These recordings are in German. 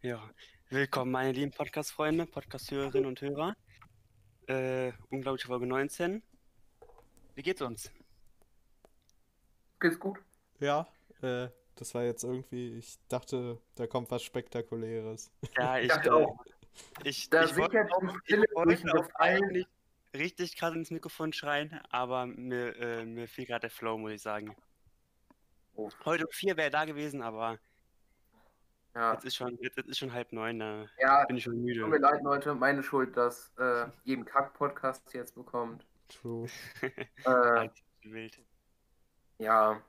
Ja, willkommen meine lieben Podcast-Freunde, Podcast-Hörerinnen und Hörer. Unglaubliche Folge 19. Wie geht's uns? Geht's gut? Ja, das war jetzt irgendwie, ich dachte, da kommt was Spektakuläres. Ja, Ich dachte auch, da ich wollte sichert auch, sich ich Philipp durch wollte den auch Gefallen. eigentlich richtig krass ins Mikrofon schreien, aber mir fiel gerade der Flow, muss ich sagen. Oh, Heute um 4 wäre da gewesen, aber ja. jetzt ist schon 8:30, da Ja, bin ich schon tut müde. mir leid, Leute, meine Schuld, dass jeden Kack-Podcast jetzt bekommt. True. Halt wild. Ja,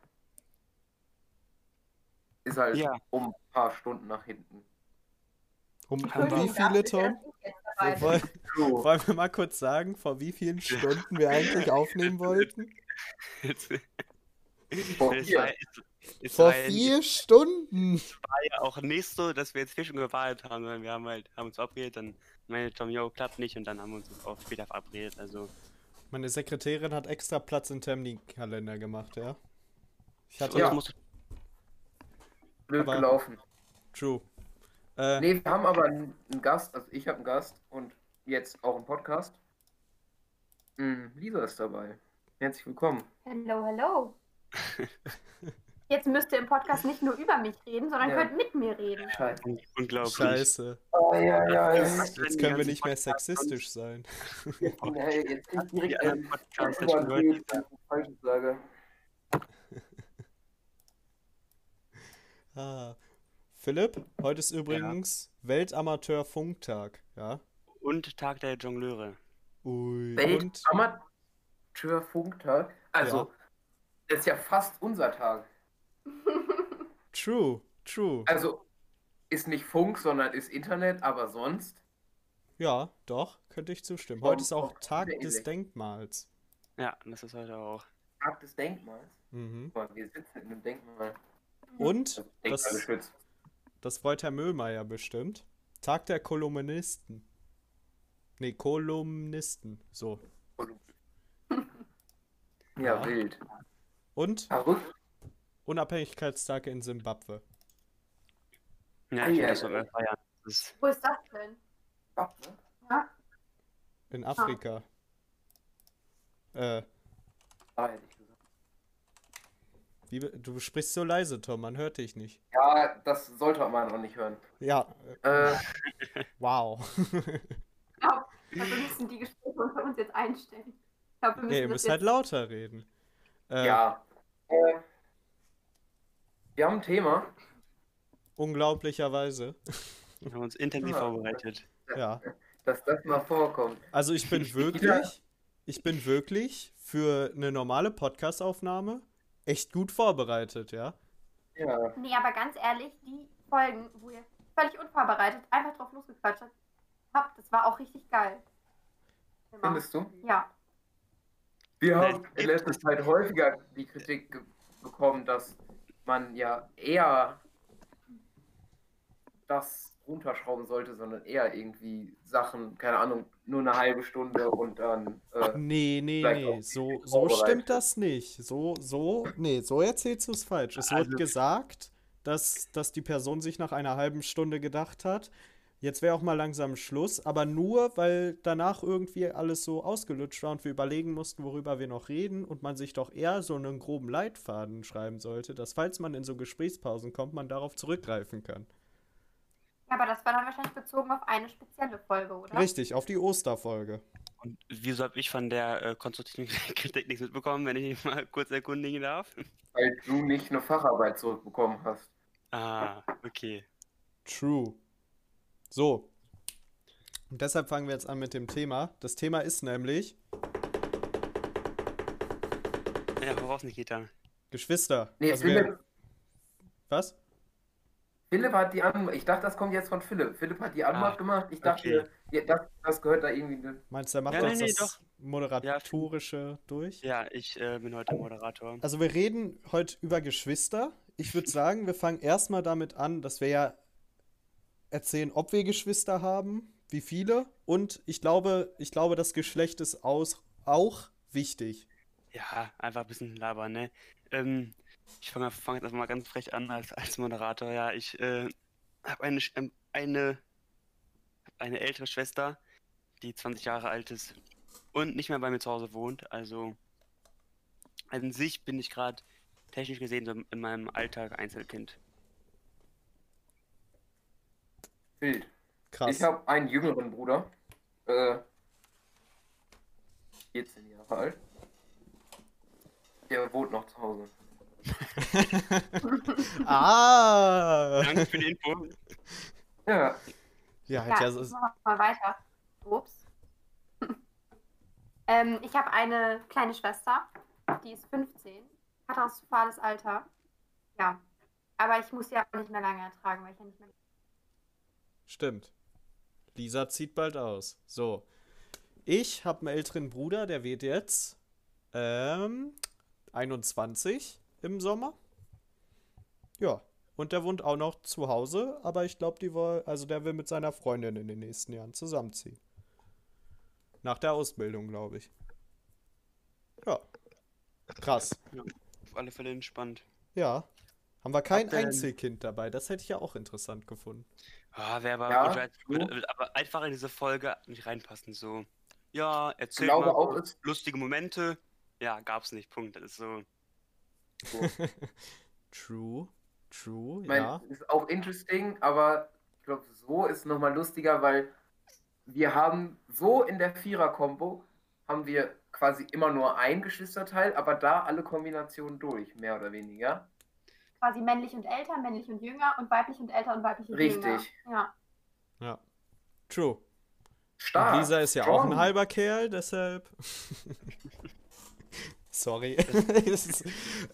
ist halt Ja, um ein paar Stunden nach hinten. Um wie Entschuldigung viele, dafür, Tom? dass ich jetzt dabei bin. So, Wollen wir mal kurz sagen, vor wie vielen Stunden wir eigentlich aufnehmen wollten? jetzt, vor es 4. war, es Vor war 4 Stunden! ja auch nicht so, dass wir jetzt 4 Stunden gewartet haben, sondern wir haben uns verabredet, dann meinte Tom, yo, klappt nicht und dann haben wir uns auch später verabredet, also Meine Sekretärin hat extra Platz im Terminkalender gemacht, ja? Ich hatte Ja. musst Blöd aber- gelaufen. True. Nee, wir haben aber einen Gast, also ich habe einen Gast und jetzt auch einen Podcast. Lisa ist dabei. Herzlich willkommen. Hello, hello. Jetzt müsst ihr im Podcast nicht nur über mich reden, sondern Ja. könnt mit mir reden. Scheiße. unglaublich. Scheiße. Oh, ja. Jetzt können wir nicht mehr sexistisch sein. Nee, jetzt krieg ich Die direkt anderen Podcasts hätte ich gehört. wenn ich Falsches sage. Ah. Philipp, heute ist übrigens Weltamateur-Funktag, ja? Und Tag der Jongleure. Ui. Und Weltamateurfunktag. Also, Ja. das ist ja fast unser Tag. True. Also, ist nicht Funk, sondern ist Internet, aber sonst. Ja, doch, könnte ich zustimmen. Vom- Heute ist auch vom Tag sehr des ähnlich. Denkmals. Ja, das ist heute auch. Tag des Denkmals. Mhm. Guck mal, wir sitzen in einem Denkmal. Und, Also, Denkmal das, geschützt. das freut Herr Müllmeier bestimmt, Tag der Kolumnisten. Nee, Kolumnisten. So. Ja, Ja. wild. Und Verrückt. Unabhängigkeitstag in Simbabwe. Ja, ich will Ja. das sogar feiern. Das ist, Wo ist das denn? Ja, In Afrika. Hätte ich gesagt. Du sprichst so leise, Tom, man hört dich nicht. Ja, das sollte man auch nicht hören. Ja, wow. ich glaube, wir müssen die Gespräche unter uns jetzt einstellen. Ich glaube, wir Ja, müssen ihr das müsst halt jetzt... lauter reden. Ja. Wir haben ein Thema. Unglaublicherweise. wir haben uns intensiv Ja. vorbereitet. Ja. Dass das mal vorkommt. Also ich bin wirklich für eine normale Podcast-Aufnahme echt gut vorbereitet, ja. Ja. Nee, aber ganz ehrlich, die Folgen, wo ihr völlig unvorbereitet einfach drauf losgequatscht habt, das war auch richtig geil. Immer. Findest du? Ja. Wir haben in letzter Zeit häufiger die Kritik bekommen, dass man ja eher das runterschrauben sollte, sondern eher irgendwie Sachen, keine Ahnung, nur eine halbe Stunde und dann. Nee, vielleicht auch so vorbereitet. stimmt das nicht. So erzählst du es falsch. Es wird Also- gesagt, dass die Person sich nach einer halben Stunde gedacht hat, jetzt wäre auch mal langsam Schluss, aber nur, weil danach irgendwie alles so ausgelutscht war und wir überlegen mussten, worüber wir noch reden und man sich doch eher so einen groben Leitfaden schreiben sollte, dass falls man in so Gesprächspausen kommt, man darauf zurückgreifen kann. Ja, aber das war dann wahrscheinlich bezogen auf eine spezielle Folge, oder? Richtig, auf die Osterfolge. Und wieso habe ich von der konstruktiven Kritik nichts mitbekommen, wenn ich mich mal kurz erkundigen darf? Weil du nicht eine Facharbeit zurückbekommen hast. Ah, okay. True. So. Und deshalb fangen wir jetzt an mit dem Thema. Das Thema ist nämlich Ja, woraus nicht geht dann? Geschwister. Nee, Also Philipp, was? Philipp hat die Anmod. Ich dachte, das kommt jetzt von Philipp. Philipp hat die Anmod gemacht. Ich dachte, ja, das gehört da irgendwie. Meinst du, er macht Ja, jetzt nee, das Moderatorische durch? Ja, ich bin heute Moderator. Also wir reden heute über Geschwister. Ich würde sagen, wir fangen erstmal damit an, dass wir ja erzählen, ob wir Geschwister haben, wie viele. Und ich glaube, das Geschlecht ist auch wichtig. Ja, einfach ein bisschen labern, ne? Ich fange jetzt einfach mal ganz frech an als Moderator. Ja, ich habe eine ältere Schwester, die 20 Jahre alt ist und nicht mehr bei mir zu Hause wohnt. Also an sich bin ich gerade technisch gesehen so in meinem Alltag Einzelkind. Wild. Krass. Ich habe einen jüngeren Bruder, 14 Jahre alt. Der wohnt noch zu Hause. Ah! Danke für die Info. Ja, Ja, Ja, ja, ich mach mal weiter. Ups. Ich habe eine kleine Schwester, die ist 15, katastrophales Alter. Ja, aber ich muss sie auch nicht mehr lange ertragen, weil ich ja nicht mehr. stimmt. Lisa zieht bald aus. So. Ich habe einen älteren Bruder, der wird jetzt 21 im Sommer. Ja. Und der wohnt auch noch zu Hause, aber ich glaube, der will mit seiner Freundin in den nächsten Jahren zusammenziehen. Nach der Ausbildung, glaube ich. Ja. Krass. Auf alle Fälle entspannt. Ja. Haben wir kein Habt ihr denn- Einzelkind dabei? Das hätte ich ja auch interessant gefunden. Wäre aber, Ja, würde aber einfach in diese Folge nicht reinpassen. So, ja, ich erzählt glaube mal auch, so es lustige Momente. Ja, gab's nicht. Punkt. Das ist so. True. True, ich meine, ja. ist auch interesting, aber ich glaube, so ist nochmal lustiger, weil wir haben so in der Vierer-Kombo haben wir quasi immer nur ein Geschwisterteil, aber da alle Kombinationen durch, mehr oder weniger. Quasi männlich und älter, männlich und jünger und weiblich und älter und weiblich und jünger. Richtig. Ja. Ja. True. Und Stark. Lisa ist ja auch ein strong. halber Kerl, deshalb. Sorry. Es ist,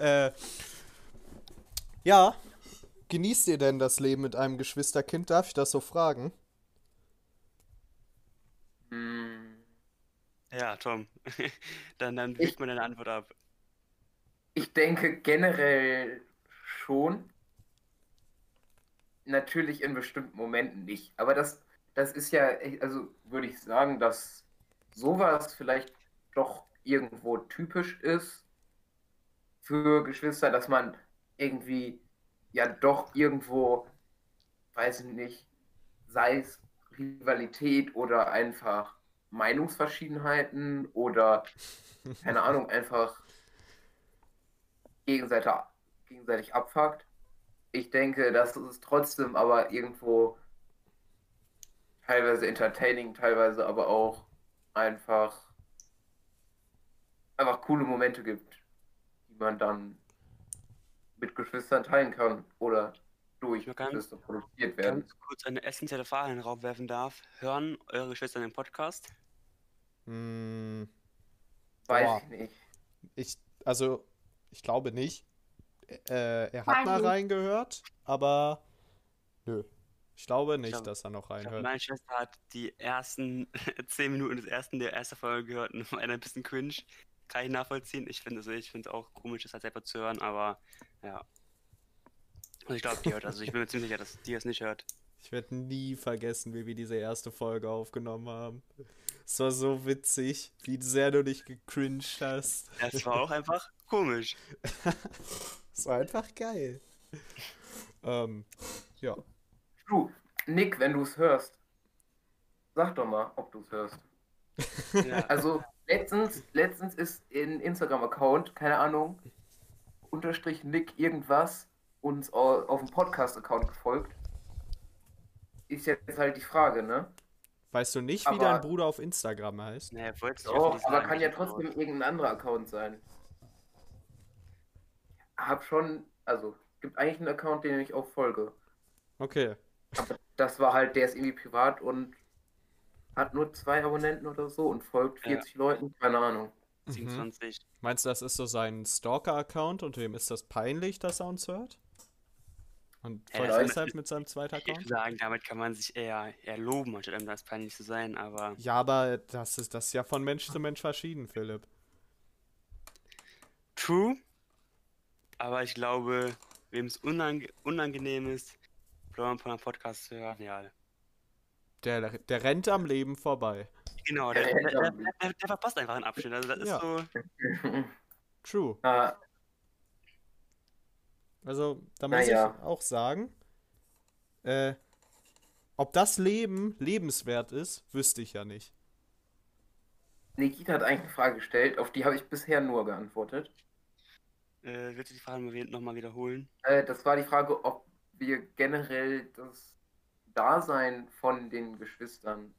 ja. Genießt ihr denn das Leben mit einem Geschwisterkind? Darf ich das so fragen? Hm, Ja, Tom. Dann Ich- gibt man eine Antwort ab. Ich denke generell schon. Natürlich in bestimmten Momenten nicht. Aber das ist ja, also würde ich sagen, dass sowas vielleicht doch irgendwo typisch ist für Geschwister, dass man irgendwie ja doch irgendwo, weiß ich nicht, sei es Rivalität oder einfach Meinungsverschiedenheiten oder keine Ahnung, einfach gegenseitig, gegenseitig abfuckt. Ich denke, das ist trotzdem aber irgendwo teilweise entertaining, teilweise aber auch einfach, einfach coole Momente gibt, die man dann mit Geschwistern teilen kann oder durch Nur ganz- Geschwister produziert werden. Ganz kurz eine essentielle Frage in den Raum werfen darf. Hören eure Geschwister den Podcast? Hm, Weiß boah. ich nicht. Ich glaube nicht. Er hat Nein, mal nicht. reingehört, aber nö. Ich glaube nicht, glaub- dass er noch Ich glaub, reinhört. meine Schwester hat die ersten 10 Minuten der ersten Folge gehört und war ein bisschen cringe. Kann ich nachvollziehen. Ich finde es auch komisch, das halt selber zu hören, aber ja. Also ich glaube, die hört. Also ich bin mir ziemlich sicher, dass die es nicht hört. Ich werde nie vergessen, wie wir diese erste Folge aufgenommen haben. Es war so witzig, wie sehr du dich gecringed hast. Das war auch einfach komisch. Es war einfach geil. Ja. Du, Nick, wenn du es hörst, sag doch mal, ob du es hörst. Ja. Also letztens ist ein Instagram-Account, keine Ahnung, unterstrich Nick irgendwas, uns auf dem Podcast-Account gefolgt. Ist jetzt halt die Frage, ne? Weißt du nicht, wie Aber- dein Bruder auf Instagram heißt? Naja, wolltest du Doch, öffentlich aber sagen, kann ja welches Wort. trotzdem irgendein anderer Account sein. Hab schon, also, gibt eigentlich einen Account, den ich auch folge. Okay. Das war halt, der ist irgendwie privat und hat nur 2 Abonnenten oder so und folgt Ja. 40 Leuten, keine Ahnung. 27. Meinst du, das ist so sein Stalker-Account und wem ist das peinlich, dass er uns hört? Und Ja, folgt das- deshalb mit seinem zweiten Ich würde Account? sagen, damit kann man sich eher loben, anstatt einem das peinlich zu sein, aber Ja, aber das ist ja von Mensch zu Mensch verschieden, Philipp. true. Aber ich glaube, wem es unangenehm ist, Blaumann Podcast zu hören, ja. Der rennt am Leben vorbei. Genau, Ja, der verpasst einfach einen Abschnitt. Also das ist Ja. so. True. Ah, Also, da muss ich Naja. auch sagen, ob das Leben lebenswert ist, wüsste ich ja nicht. Nikita hat eigentlich eine Frage gestellt, auf die habe ich bisher nur geantwortet. Willst du die Frage nochmal wiederholen? Das war die Frage, ob wir generell das Dasein von den Geschwistern.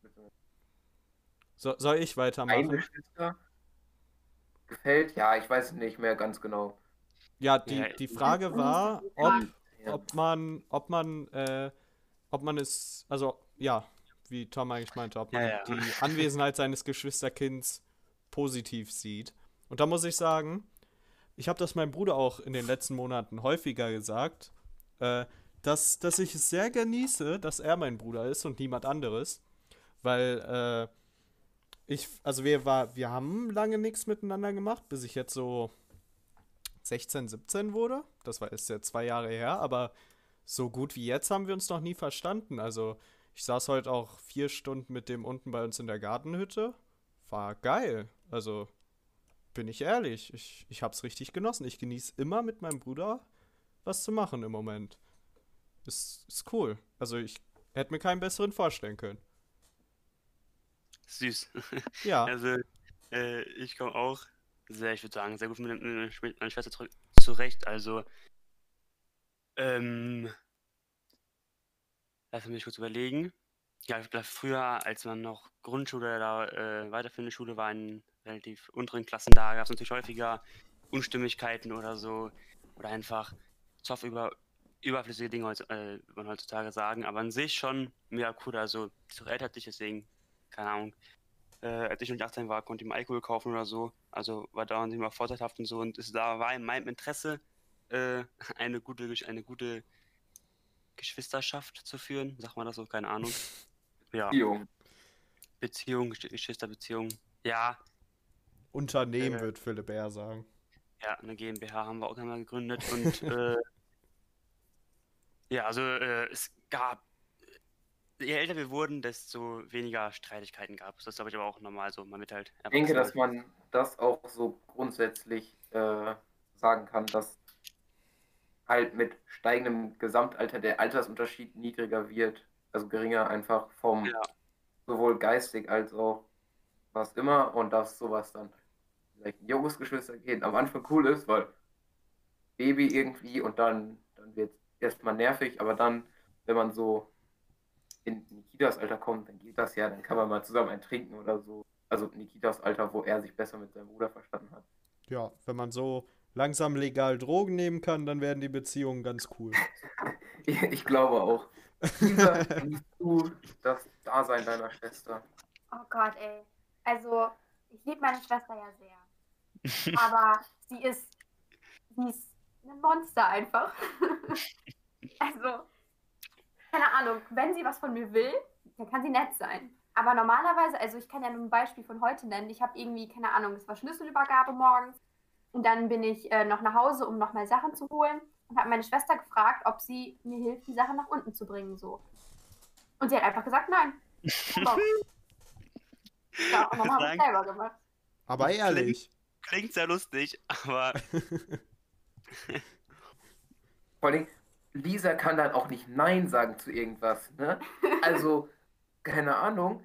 Soll ich Ein weitermachen? Geschwister gefällt? Ja, ich weiß es nicht mehr ganz genau. Ja, Ja, die Frage war, ob man es, also ja, wie Tom eigentlich meinte, ob man Ja, ja. die Anwesenheit seines Geschwisterkinds positiv sieht. Und da muss ich sagen, ich habe das meinem Bruder auch in den letzten Monaten häufiger gesagt, dass ich es sehr genieße, dass er mein Bruder ist und niemand anderes, weil wir haben lange nichts miteinander gemacht, bis ich jetzt so 16, 17 wurde. Das ist ja 2 Jahre her, aber so gut wie jetzt haben wir uns noch nie verstanden. Also ich saß heute auch 4 Stunden mit dem unten bei uns in der Gartenhütte. War geil. Also bin ich ehrlich, ich hab's richtig genossen. Ich genieße immer mit meinem Bruder was zu machen im Moment. Ist cool. Also ich hätte mir keinen besseren vorstellen können. Süß. Ja, Also, ich komme auch ich würde sagen, sehr gut mit meiner Schwester zurecht. Also, lass mich kurz überlegen. Ja, ich glaube, früher, als man noch Grundschule oder weiterführende Schule war, in relativ unteren Klassen, da gab es natürlich häufiger Unstimmigkeiten oder so. Oder einfach Zoff über überflüssige Dinge, würde man heutzutage sagen. Aber an sich schon mega cool. Also, die ist doch älter als ich, deswegen, keine Ahnung. Als ich noch nicht 18 war, konnte ich mir Alkohol kaufen oder so. Also war da immer vorteilhaft und so. Und da war in meinem Interesse, eine gute Geschwisterschaft zu führen. Sagt man das so? Keine Ahnung. Ja, Beziehung. Geschwisterbeziehung. Ja, Unternehmen Äh. wird Philipp eher sagen. ja, eine GmbH haben wir auch einmal gegründet. Und ja, also es gab, je älter wir wurden, desto weniger Streitigkeiten gab es. Das ist, glaube ich, aber auch normal so. Man wird halt Ich denke, erwachsener. dass man das auch so grundsätzlich sagen kann, dass halt mit steigendem Gesamtalter der Altersunterschied niedriger wird, also geringer einfach vom Ja. sowohl geistig als auch was immer, und dass sowas dann vielleicht ein junges Geschwister geht, am Anfang cool ist, weil Baby irgendwie, und dann wird es erstmal nervig, aber dann, wenn man so in Nikitas Alter kommt, dann geht das ja, dann kann man mal zusammen ein trinken oder so. Also Nikitas Alter, wo er sich besser mit seinem Bruder verstanden hat. Ja, wenn man so langsam legal Drogen nehmen kann, dann werden die Beziehungen ganz cool. Ich glaube auch. Lisa, genießt du das Dasein deiner Schwester? Oh Gott, ey. Also, ich liebe meine Schwester ja sehr. Aber sie ist ein Monster einfach. Also, keine Ahnung, wenn sie was von mir will, dann kann sie nett sein. Aber normalerweise, also ich kann ja nur ein Beispiel von heute nennen. Ich habe irgendwie, keine Ahnung, es war Schlüsselübergabe morgens. Und dann bin ich noch nach Hause, um noch mal Sachen zu holen. Und habe meine Schwester gefragt, ob sie mir hilft, die Sachen nach unten zu bringen. So. Und sie hat einfach gesagt, nein. Bock. Ja, und dann habe ich es selber gemacht. Aber ehrlich. Klingt sehr lustig, aber Vor allem, Lisa kann dann auch nicht Nein sagen zu irgendwas, ne? Also, keine Ahnung.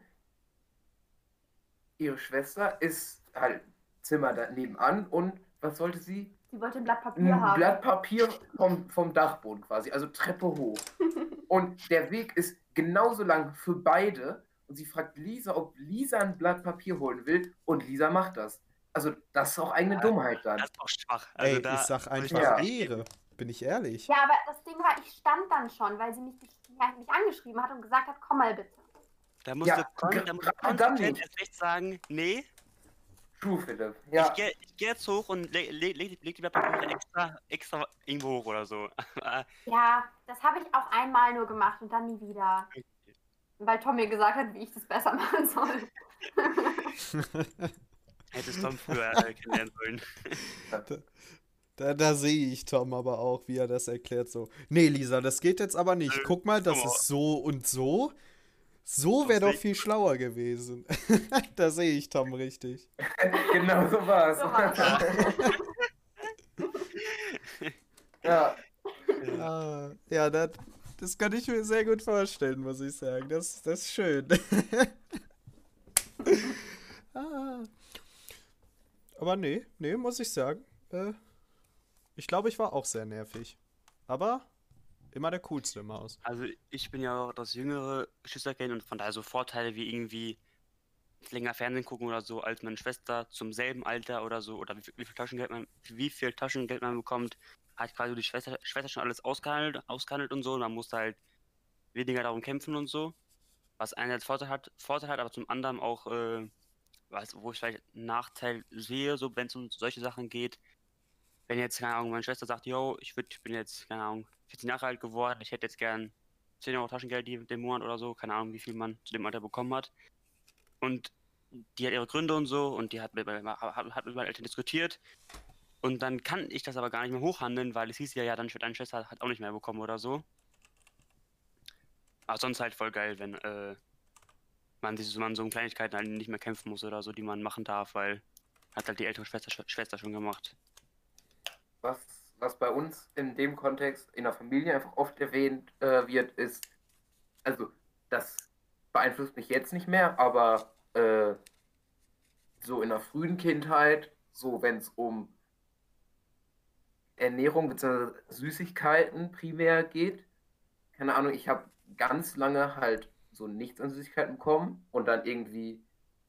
Ihre Schwester ist halt Zimmer da nebenan, und was sollte sie? Sie wollte ein Blatt Papier Ein haben. Blatt Papier vom Dachboden quasi, also Treppe hoch. Und der Weg ist genauso lang für beide. Und sie fragt Lisa, ob Lisa ein Blatt Papier holen will. Und Lisa macht das. Also, das ist auch eigene Dummheit dann. das ist auch schwach. Also Ey, da ich sag muss ich einfach Ja. Ehre. Bin ich ehrlich. Ja, aber das Ding war, ich stand dann schon, weil sie mich angeschrieben hat und gesagt hat, komm mal bitte. Da musst Ja, du gerade dann konsequent nicht. erst recht sagen, nee, True, Philipp. Ja, ich geh jetzt hoch und leg die Blattpapiere extra irgendwo hoch oder so. Ja, das habe ich auch einmal nur gemacht und dann nie wieder. Weil Tom mir gesagt hat, wie ich das besser machen soll. Hättest Tom früher kennenlernen sollen. Da sehe ich Tom aber auch, wie er das erklärt. So, nee, Lisa, das geht jetzt aber nicht. Guck mal, das ist so und so. So wäre doch viel schlauer gewesen. Da sehe ich Tom richtig. genau so war es. So war's. Ja, Ja, Das kann ich mir sehr gut vorstellen, muss ich sagen. Das ist schön. Ah. Aber nee, muss ich sagen. Ich glaube, ich war auch sehr nervig. Aber immer der coolste im Haus. Also ich bin ja auch das jüngere Geschwisterkind und von daher so Vorteile wie irgendwie länger Fernsehen gucken oder so als meine Schwester zum selben Alter oder so oder wie viel Taschengeld man bekommt, hat quasi die Schwester schon alles ausgehandelt und so. Und man musste halt weniger darum kämpfen und so. Was einerseits Vorteil hat, aber zum anderen auch, wo ich vielleicht einen Nachteil sehe, so wenn es um solche Sachen geht. Wenn jetzt, keine Ahnung, meine Schwester sagt, yo, ich bin jetzt, keine Ahnung, 14 Jahre alt geworden, ich hätte jetzt gern 10 Euro Taschengeld den Monat oder so, keine Ahnung, wie viel man zu dem Alter bekommen hat. Und die hat ihre Gründe und so und die hat mit meinen Eltern diskutiert. Und dann kann ich das aber gar nicht mehr hochhandeln, weil es hieß ja, dann deine Schwester hat auch nicht mehr bekommen oder so. Aber sonst halt voll geil, wenn man so um Kleinigkeiten halt nicht mehr kämpfen muss oder so, die man machen darf, weil hat halt die ältere Schwester schon gemacht. Was bei uns in dem Kontext in der Familie einfach oft erwähnt wird, ist, also das beeinflusst mich jetzt nicht mehr, aber so in der frühen Kindheit, so wenn es um Ernährung bzw. Süßigkeiten primär geht, keine Ahnung, ich habe ganz lange halt so nichts an Süßigkeiten bekommen und dann irgendwie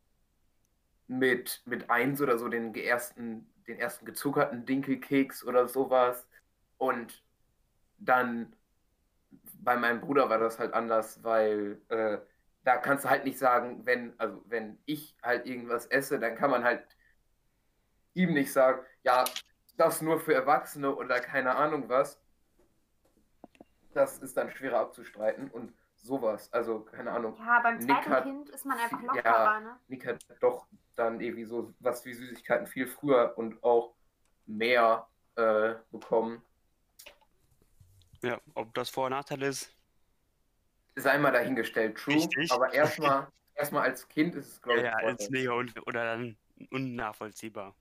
mit 1 oder so den ersten gezuckerten Dinkelkeks oder sowas. Und dann bei meinem Bruder war das halt anders, weil da kannst du halt nicht sagen, wenn ich halt irgendwas esse, dann kann man halt ihm nicht sagen, ja, das nur für Erwachsene oder keine Ahnung was. Das ist dann schwerer abzustreiten und sowas. Also, keine Ahnung. Ja, beim Nick zweiten hat Kind ist man einfach viel- lockerer, ne? Nick hat doch dann irgendwie so was wie Süßigkeiten viel früher und auch mehr bekommen. Ja, ob das Vor- und Nachteil ist, Ist einmal dahingestellt, true. Richtig. Aber erstmal als Kind ist es, glaube ich, ja, ein ist Vorteil. mega oder dann unnachvollziehbar.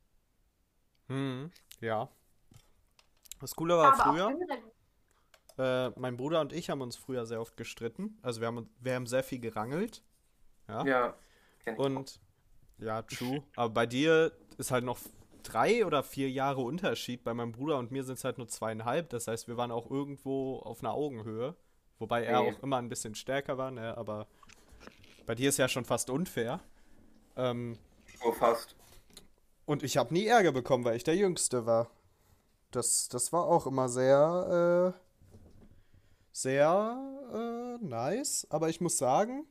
Ja. Das Coole war Aber auch früher, jüngere. mein Bruder und ich haben uns früher sehr oft gestritten. Also wir haben sehr viel gerangelt. Ja. Ja, kenn ich auch. Und ja, true. Aber bei dir ist halt noch 3 oder 4 Jahre Unterschied. Bei meinem Bruder und mir sind es halt nur 2,5. Das heißt, wir waren auch irgendwo auf einer Augenhöhe. Wobei er Nee. auch immer ein bisschen stärker war, ne? Aber bei dir ist ja schon fast unfair. Nur fast. Und ich habe nie Ärger bekommen, weil ich der Jüngste war. Das war auch immer sehr nice. Aber ich muss sagen,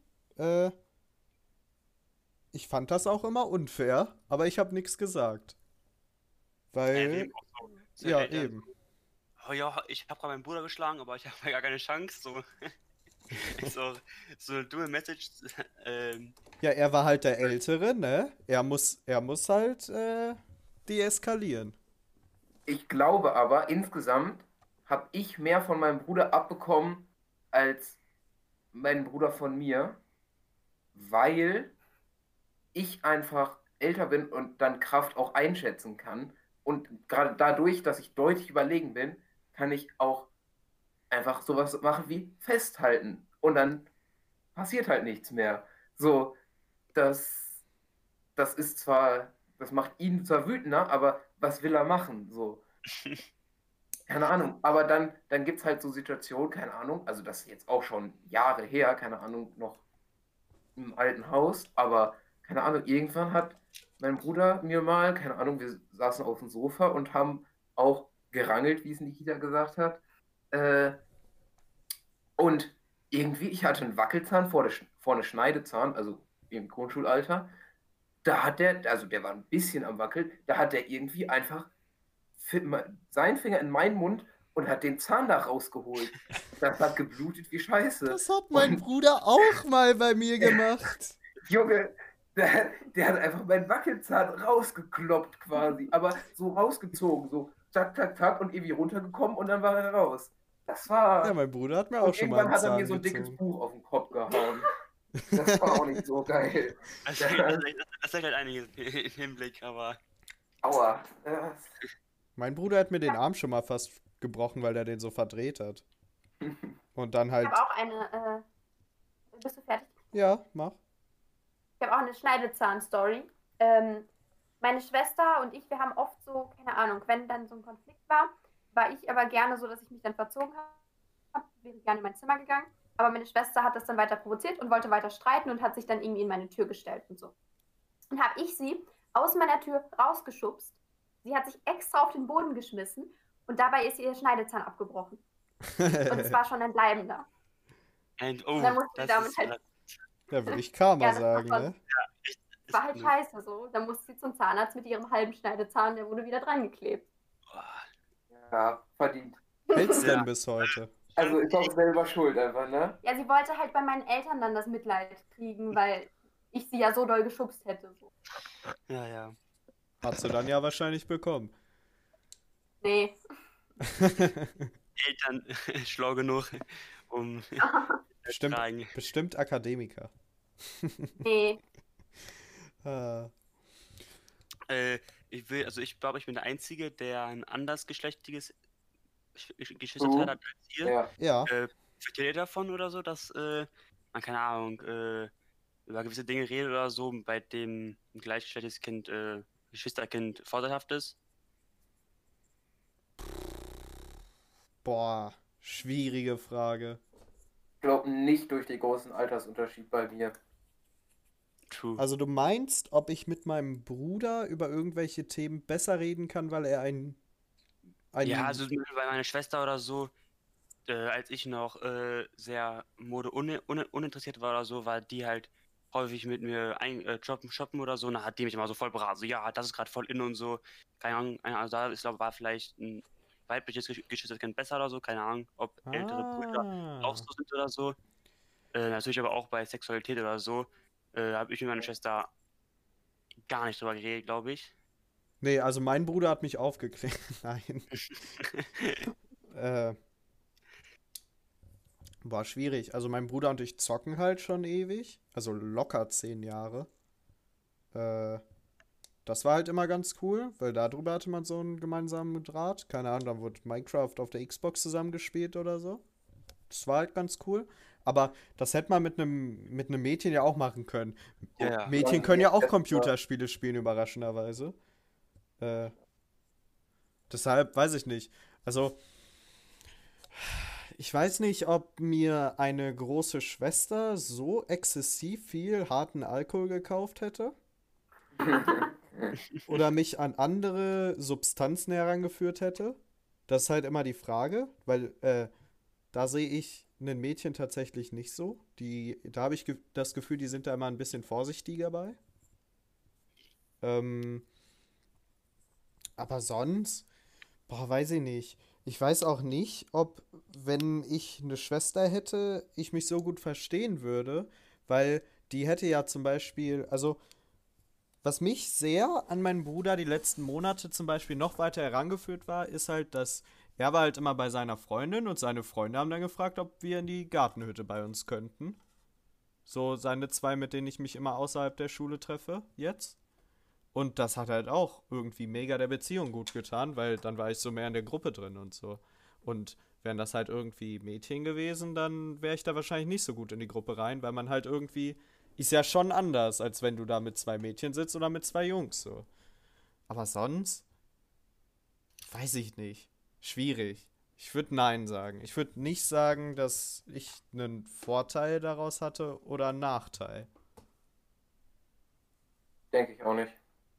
ich fand das auch immer unfair. Aber ich habe nichts gesagt. Weil, eben auch so. So ja, Eltern, eben. oh ja, ich habe gerade meinen Bruder geschlagen, aber ich habe ja gar keine Chance. So. So eine dumme Message. Ja, er war halt der Ältere, ne? Er muss halt deeskalieren. Ich glaube aber, insgesamt habe ich mehr von meinem Bruder abbekommen als mein Bruder von mir, weil ich einfach älter bin und dann Kraft auch einschätzen kann. Und gerade dadurch, dass ich deutlich überlegen bin, kann ich auch einfach sowas machen wie festhalten. Und dann passiert halt nichts mehr. So, das ist zwar, das macht ihn zwar wütender, aber was will er machen? So, keine Ahnung. Aber dann gibt es halt so Situationen, keine Ahnung, also das ist jetzt auch schon Jahre her, keine Ahnung, noch im alten Haus, aber keine Ahnung, irgendwann hat mein Bruder mir mal, keine Ahnung, wir saßen auf dem Sofa und haben auch gerangelt, wie es Nikita gesagt hat. Äh, und irgendwie, ich hatte einen Wackelzahn vorne Schneidezahn, also im Grundschulalter. Da hat also der war ein bisschen am Wackeln, da hat der irgendwie einfach seinen Finger in meinen Mund und hat den Zahn da rausgeholt. Das hat geblutet wie Scheiße. Das hat mein Und Bruder auch mal bei mir gemacht. Junge, der hat einfach meinen Wackelzahn rausgekloppt quasi, aber so rausgezogen, so zack, zack, zack und irgendwie runtergekommen und dann war er raus. Das Ja, war. mein Bruder hat mir auch Und schon mal irgendwann einen hat er mir Zahn so ein dickes gezogen. Buch auf den Kopf gehauen. Das war auch nicht so geil. Das sagt halt einiges im Hinblick, aber Aua. Mein Bruder hat mir den Arm schon mal fast gebrochen, weil er den so verdreht hat. Und dann Ich halt, habe auch eine, bist du fertig? ja, mach. Ich habe auch eine Schneidezahn-Story. Meine Schwester und ich, wir haben oft so, keine Ahnung, wenn dann so ein Konflikt war, war ich aber gerne so, dass ich mich dann verzogen habe, wäre gerne in mein Zimmer gegangen. Aber meine Schwester hat das dann weiter provoziert und wollte weiter streiten und hat sich dann irgendwie in meine Tür gestellt und so. Dann habe ich sie aus meiner Tür rausgeschubst. Sie hat sich extra auf den Boden geschmissen und dabei ist ihr Schneidezahn abgebrochen. Und es war schon ein bleibender. Und, Und dann oh, musste sie das damit ist halt, Da würde ich Karma ja, das war sagen, schon, ne? war halt scheiße so. Dann musste sie zum Zahnarzt mit ihrem halben Schneidezahn, der wurde wieder dran geklebt. Ja, verdient. Hält's Ja. denn bis heute? Also ist auch selber schuld einfach, ne? Ja, sie wollte halt bei meinen Eltern dann das Mitleid kriegen, weil ich sie ja so doll geschubst hätte. So. Ja, ja. Hat sie dann ja wahrscheinlich bekommen. Nee. Eltern schlau genug, um Bestimmt, tragen. bestimmt Akademiker. Nee. Ah. Ich glaube, ich bin der Einzige, der ein andersgeschlechtiges Geschwisterteil hat als ihr. Ja. Ja, Versteht ihr davon oder so, dass man, keine Ahnung, über gewisse Dinge redet oder so, bei dem ein gleichgeschlechtliches Kind, Geschwisterkind vorteilhaft ist? boah, schwierige Frage. Ich glaube nicht durch den großen Altersunterschied bei mir. True. Also du meinst, ob ich mit meinem Bruder über irgendwelche Themen besser reden kann, weil er ein Ja, also bei meiner Schwester oder so, als ich noch sehr Mode uninteressiert war oder so, war die halt häufig mit mir shoppen oder so, und dann hat die mich immer so voll beraten, so, ja, das ist gerade voll in und so, keine Ahnung, also da, ich glaube, war vielleicht ein weibliches Geschwisterkind besser oder so, keine Ahnung, ob ältere Brüder auch so sind oder so. Natürlich aber auch bei Sexualität oder so, habe ich mit meiner Schwester gar nicht drüber geredet, glaube ich. Nee, also mein Bruder hat mich aufgeklärt. Nein. War schwierig. Also mein Bruder und ich zocken halt schon ewig. Also locker 10 Jahre. Das war halt immer ganz cool, weil darüber hatte man so einen gemeinsamen Draht. Keine Ahnung, dann wurde Minecraft auf der Xbox zusammengespielt oder so. Das war halt ganz cool. Aber das hätte man mit einem Mädchen ja auch machen können. Ja. Mädchen Ja, können ja auch ja. Computerspiele spielen, überraschenderweise. Deshalb weiß ich nicht. Also, ich weiß nicht, ob mir eine große Schwester so exzessiv viel harten Alkohol gekauft hätte oder mich an andere Substanzen herangeführt hätte. Das ist halt immer die Frage, weil da sehe ich ein Mädchen tatsächlich nicht so. Da habe ich das Gefühl, die sind da immer ein bisschen vorsichtiger bei. Aber sonst, boah, weiß ich nicht. Ich weiß auch nicht, ob, wenn ich eine Schwester hätte, ich mich so gut verstehen würde, weil die hätte ja zum Beispiel, also was mich sehr an meinen Bruder die letzten Monate zum Beispiel noch weiter herangeführt war, ist halt, dass er war halt immer bei seiner Freundin und seine Freunde haben dann gefragt, ob wir in die Gartenhütte bei uns könnten. So seine zwei, mit denen ich mich immer außerhalb der Schule treffe, jetzt. Und das hat halt auch irgendwie mega der Beziehung gut getan, weil dann war ich so mehr in der Gruppe drin und so. Und wären das halt irgendwie Mädchen gewesen, dann wäre ich da wahrscheinlich nicht so gut in die Gruppe rein, weil man halt irgendwie ist ja schon anders, als wenn du da mit zwei Mädchen sitzt oder mit zwei Jungs so. Aber sonst weiß ich nicht. Schwierig. Ich würde Nein sagen. Ich würde nicht sagen, dass ich einen Vorteil daraus hatte oder einen Nachteil. Denke ich auch nicht.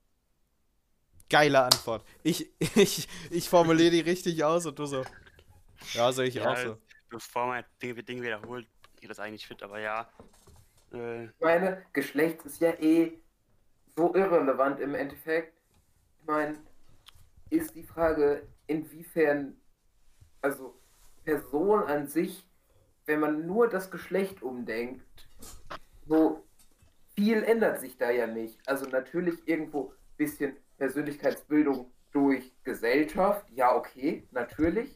Geile Antwort. Ich formuliere die richtig aus und du so. Ja, sehe ich Ja, auch so. bevor man Dinge wiederholt, geht das eigentlich fit, aber ja. Ich meine, Geschlecht ist ja eh so irrelevant im Endeffekt. Ich meine, ist die Frage, inwiefern, also Person an sich, wenn man nur das Geschlecht umdenkt, so viel ändert sich da ja nicht. Also natürlich irgendwo ein bisschen Persönlichkeitsbildung durch Gesellschaft, ja okay, natürlich.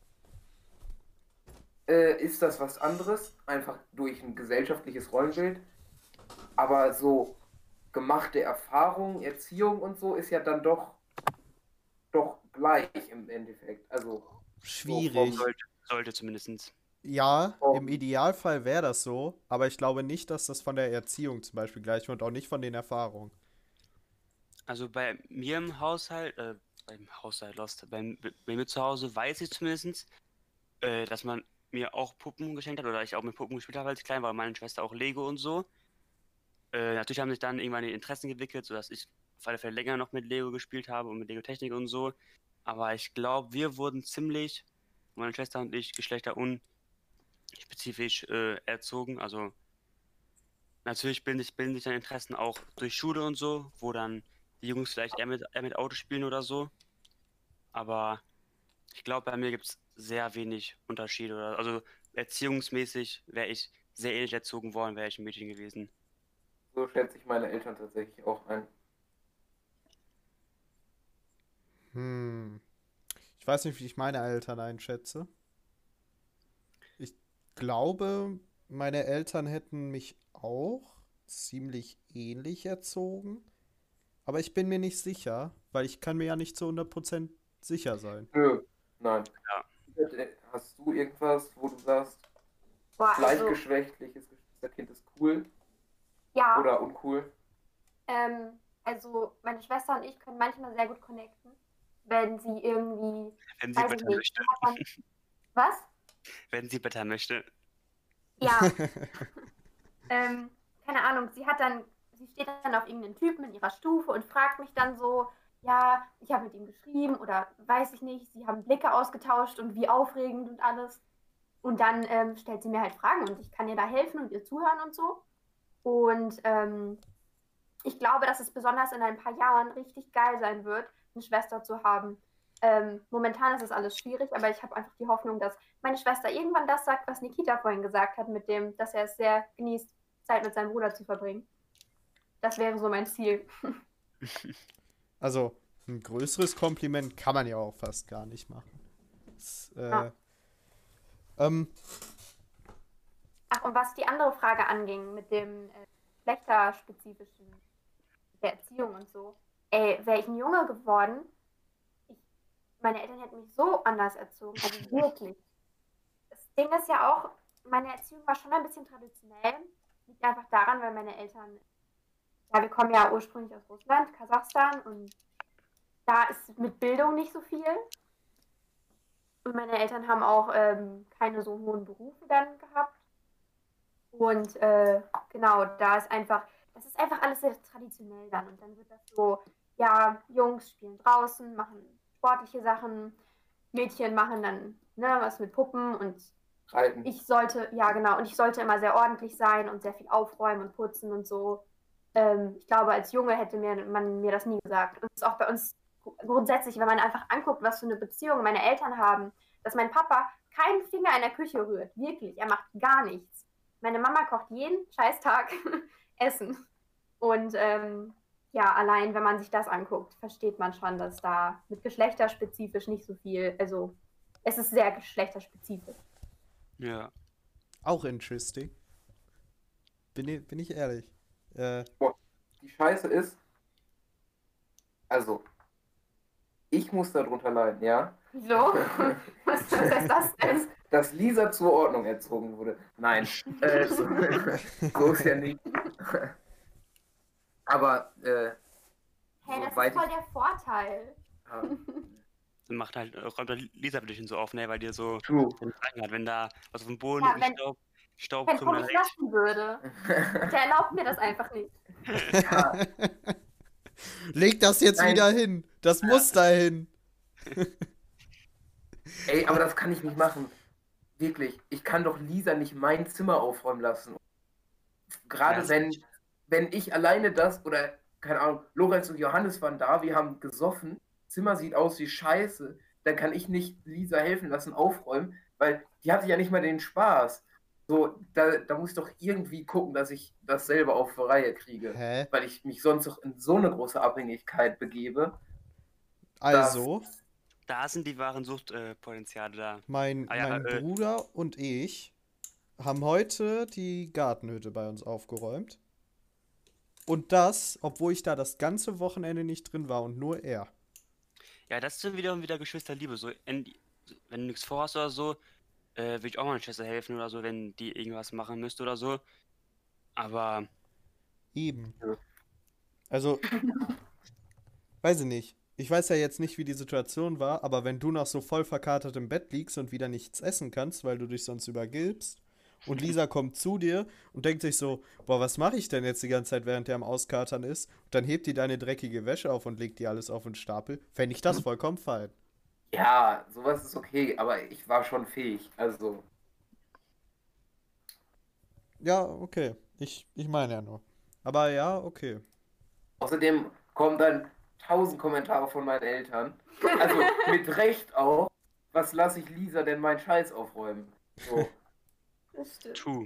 Ist das was anderes, einfach durch ein gesellschaftliches Rollenbild. Aber so gemachte Erfahrung, Erziehung und so ist ja dann doch gleich im Endeffekt. Also Schwierig. Sollte zumindest. Ja, Oh. im Idealfall wäre das so, aber ich glaube nicht, dass das von der Erziehung zum Beispiel gleich wird und auch nicht von den Erfahrungen. Also bei mir im Haushalt, Lost, bei mir zu Hause weiß ich zumindest, dass man mir auch Puppen geschenkt hat oder ich auch mit Puppen gespielt habe, als ich klein war, meine Schwester auch Lego und so. Natürlich haben sich dann irgendwann die Interessen entwickelt, sodass ich auf alle Fälle länger noch mit Lego gespielt habe und mit Lego-Technik und so. Aber ich glaube, wir wurden ziemlich, meine Schwester und ich, geschlechterunspezifisch erzogen. Also natürlich bilden sich dann Interessen auch durch Schule und so, wo dann die Jungs vielleicht eher mit Auto spielen oder so. Aber ich glaube, bei mir gibt es sehr wenig Unterschiede. Also erziehungsmäßig wäre ich sehr ähnlich erzogen worden, wäre ich ein Mädchen gewesen. So schätze ich meine Eltern tatsächlich auch ein. Hm. Ich weiß nicht, wie ich meine Eltern einschätze. Ich glaube, meine Eltern hätten mich auch ziemlich ähnlich erzogen. Aber ich bin mir nicht sicher, weil ich kann mir ja nicht zu 100% sicher sein. Nö, nein. Ja. Hast du irgendwas, wo du sagst, Boah, also, gleichgeschlechtliches Geschwisterkind ist cool ja, oder uncool? also meine Schwester und ich können manchmal sehr gut connecten, wenn sie irgendwie, Wenn sie weiß ich Beta nicht, möchte. sie hat dann, was? Wenn sie Beta möchte. Ja, keine Ahnung, sie steht dann auf irgendeinen Typen in ihrer Stufe und fragt mich dann so, ja, ich habe mit ihm geschrieben oder weiß ich nicht, sie haben Blicke ausgetauscht und wie aufregend und alles. Und dann stellt sie mir halt Fragen und ich kann ihr da helfen und ihr zuhören und so. Und ich glaube, dass es besonders in ein paar Jahren richtig geil sein wird, eine Schwester zu haben. Momentan ist es alles schwierig, aber ich habe einfach die Hoffnung, dass meine Schwester irgendwann das sagt, was Nikita vorhin gesagt hat, mit dem, dass er es sehr genießt, Zeit mit seinem Bruder zu verbringen. Das wäre so mein Ziel. Also, ein größeres Kompliment kann man ja auch fast gar nicht machen. Das, Ja. ähm, Ach, und was die andere Frage anging, mit dem geschlechterspezifischen, der Erziehung und so. Ey, wäre ich ein Junge geworden, meine Eltern hätten mich so anders erzogen, also wirklich. Das Ding ist ja auch, meine Erziehung war schon ein bisschen traditionell. Liegt einfach daran, weil meine Eltern, ja, wir kommen ja ursprünglich aus Russland, Kasachstan und da ist mit Bildung nicht so viel. Und meine Eltern haben auch keine so hohen Berufe dann gehabt. Und genau, das ist einfach alles sehr traditionell dann. Und dann wird das so, ja, Jungs spielen draußen, machen sportliche Sachen, Mädchen machen dann was mit Puppen und Reiten. ich sollte immer sehr ordentlich sein und sehr viel aufräumen und putzen und so. Ich glaube, als Junge hätte man mir das nie gesagt. Und es ist auch bei uns grundsätzlich, wenn man einfach anguckt, was für eine Beziehung meine Eltern haben, dass mein Papa keinen Finger in der Küche rührt. Wirklich, er macht gar nichts. Meine Mama kocht jeden Scheißtag Essen. Und ja, allein wenn man sich das anguckt, versteht man schon, dass da mit geschlechterspezifisch nicht so viel, also es ist sehr geschlechterspezifisch. Ja. auch interesting. Bin ich ehrlich. Die Scheiße ist, also, ich muss darunter leiden, ja? Wieso? Was heißt das denn? Dass Lisa zur Ordnung erzogen wurde. Nein, so ist ja nicht. Aber, Hey, das soweit ist voll der Vorteil. Dann räumt halt Lisa für dich so auf, ne, weil dir so True. Fragen hat, wenn da was auf dem Boden Ja, liegt, wenn Staubkrümel Tom es lassen würde. Der erlaubt mir das einfach nicht. Ja, Leg das jetzt Nein. wieder hin. Das muss da hin. ey, aber das kann ich nicht machen. Wirklich, ich kann doch Lisa nicht mein Zimmer aufräumen lassen. Gerade Ja, wenn ich alleine das, oder, keine Ahnung, Lorenz und Johannes waren da, wir haben gesoffen, Zimmer sieht aus wie Scheiße, dann kann ich nicht Lisa helfen lassen, aufräumen, weil die hatte ja nicht mal den Spaß. So, da muss ich doch irgendwie gucken, dass ich das selber auf die Reihe kriege. Hä? Weil ich mich sonst doch in so eine große Abhängigkeit begebe. Also, Da sind die wahren Suchtpotenziale da. mein Bruder und ich haben heute die Gartenhütte bei uns aufgeräumt. Und das, obwohl ich da das ganze Wochenende nicht drin war und nur er. Ja, das ist dann wieder Geschwisterliebe. So, wenn du nichts vorhast oder so, würde ich auch meiner Schwester helfen oder so, wenn die irgendwas machen müsste oder so. Aber Eben. Ja. Also, weiß ich nicht. Ich weiß ja jetzt nicht, wie die Situation war, aber wenn du noch so voll verkatert im Bett liegst und wieder nichts essen kannst, weil du dich sonst übergilbst, und Lisa kommt zu dir und denkt sich so, boah, was mache ich denn jetzt die ganze Zeit, während der am Auskatern ist? Und dann hebt die deine dreckige Wäsche auf und legt die alles auf den Stapel, fände ich das vollkommen fein. Ja, sowas ist okay, aber ich war schon fähig. Also, Ja, okay. Ich meine ja nur. Aber ja, okay. außerdem kommen dann 1000 Kommentare von meinen Eltern. Also mit Recht auch. Was lasse ich Lisa denn meinen Scheiß aufräumen? So, Das stimmt. true.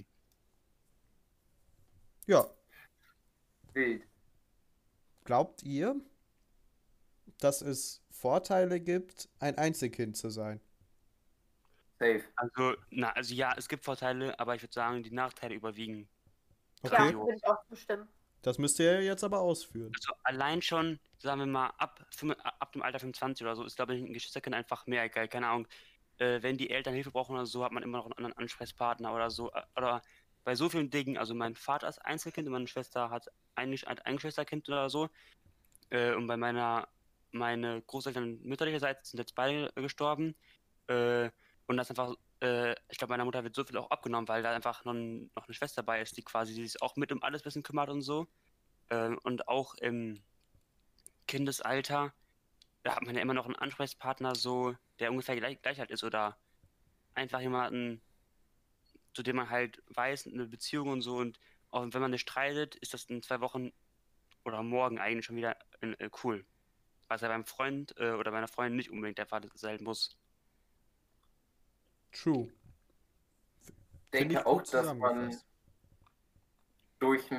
Ja, wild. glaubt ihr, dass es Vorteile gibt, ein Einzelkind zu sein? Safe. Also ja, es gibt Vorteile, aber ich würde sagen, die Nachteile überwiegen. Ja, Okay, Jo. würde ich auch zustimmen. das müsst ihr jetzt aber ausführen. Also allein schon, sagen wir mal, ab dem Alter 25 oder so, ist, glaube ich, ein Geschwisterkind einfach mehr geil. Keine Ahnung. Wenn die Eltern Hilfe brauchen oder so, hat man immer noch einen anderen Ansprechpartner oder so. Oder bei so vielen Dingen, also mein Vater ist Einzelkind und meine Schwester hat hat ein Geschwisterkind oder so. Und bei meine Großeltern mütterlicherseits sind jetzt beide gestorben. Äh, und das einfach, ich glaube, meiner Mutter wird so viel auch abgenommen, weil da einfach noch eine Schwester bei ist, die quasi sich auch mit um alles ein bisschen kümmert und so. Und auch im Kindesalter, da hat man ja immer noch einen Ansprechpartner so, der ungefähr gleich alt ist oder einfach jemanden, zu dem man halt weiß, eine Beziehung und so. Und auch wenn man nicht streitet, ist das in 2 Wochen oder morgen eigentlich schon wieder cool. Was ja beim Freund oder meiner Freundin nicht unbedingt der Fall sein muss. True. Ich Finde ich denke auch, gut dass man zusammengefasst. durch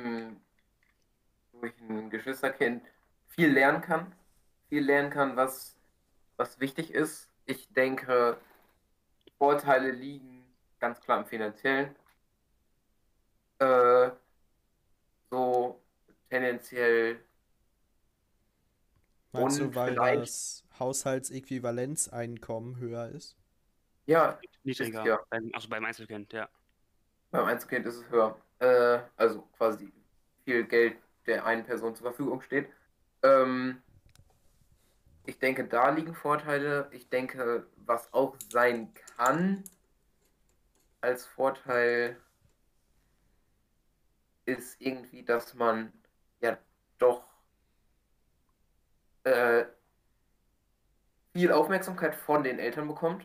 ein Geschwisterkind viel lernen kann. Viel lernen kann, was wichtig ist. Ich denke, Vorteile liegen ganz klar im Finanziellen. Äh, so tendenziell Meinst du, und weil vielleicht, das Haushaltsäquivalenzeinkommen höher ist? ja, ist es Niedriger. ja. Also beim Einzelkind, ja. Beim Einzelkind ist es höher. Also quasi viel Geld der einen Person zur Verfügung steht. Ähm, Ich denke, da liegen Vorteile. Ich denke, was auch sein kann als Vorteil, ist irgendwie, dass man ja doch äh, viel Aufmerksamkeit von den Eltern bekommt,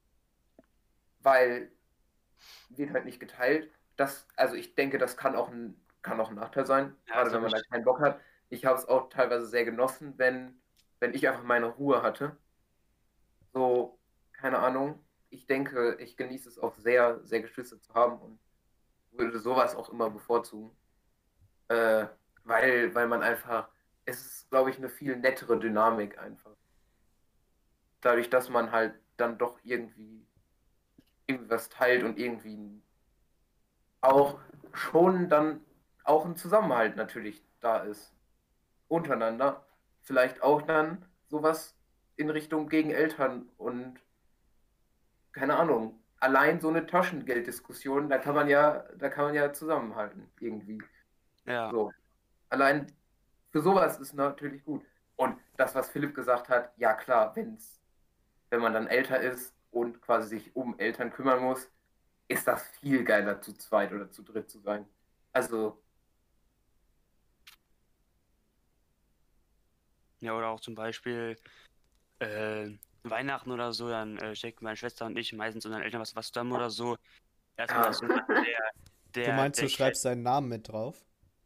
weil wird halt nicht geteilt. Also ich denke, das kann auch ein Nachteil sein, Ja, gerade das wenn habe man da ich. keinen Bock hat. Ich habe es auch teilweise sehr genossen, wenn ich einfach meine Ruhe hatte. So, keine Ahnung. Ich denke, ich genieße es auch sehr, sehr Geschwister zu haben und würde sowas auch immer bevorzugen. Äh, weil man einfach, es ist, glaube ich, eine viel nettere Dynamik einfach. Dadurch, dass man halt dann doch irgendwie was teilt und irgendwie auch schon dann auch ein Zusammenhalt natürlich da ist. Untereinander. Vielleicht auch dann sowas in Richtung gegen Eltern und keine Ahnung. Allein so eine Taschengelddiskussion, da kann man ja zusammenhalten, irgendwie. Ja, So. Allein für sowas ist natürlich gut. Und das, was Philipp gesagt hat, ja klar, wenn man dann älter ist und quasi sich um Eltern kümmern muss, ist das viel geiler, zu zweit oder zu dritt zu sein. Also, ja, oder auch zum Beispiel Weihnachten oder so, dann stecken meine Schwester und ich meistens unseren Eltern was zusammen oder so. Erstmal ja, ist jemand, Du meinst, du der schreibst seinen Namen mit drauf?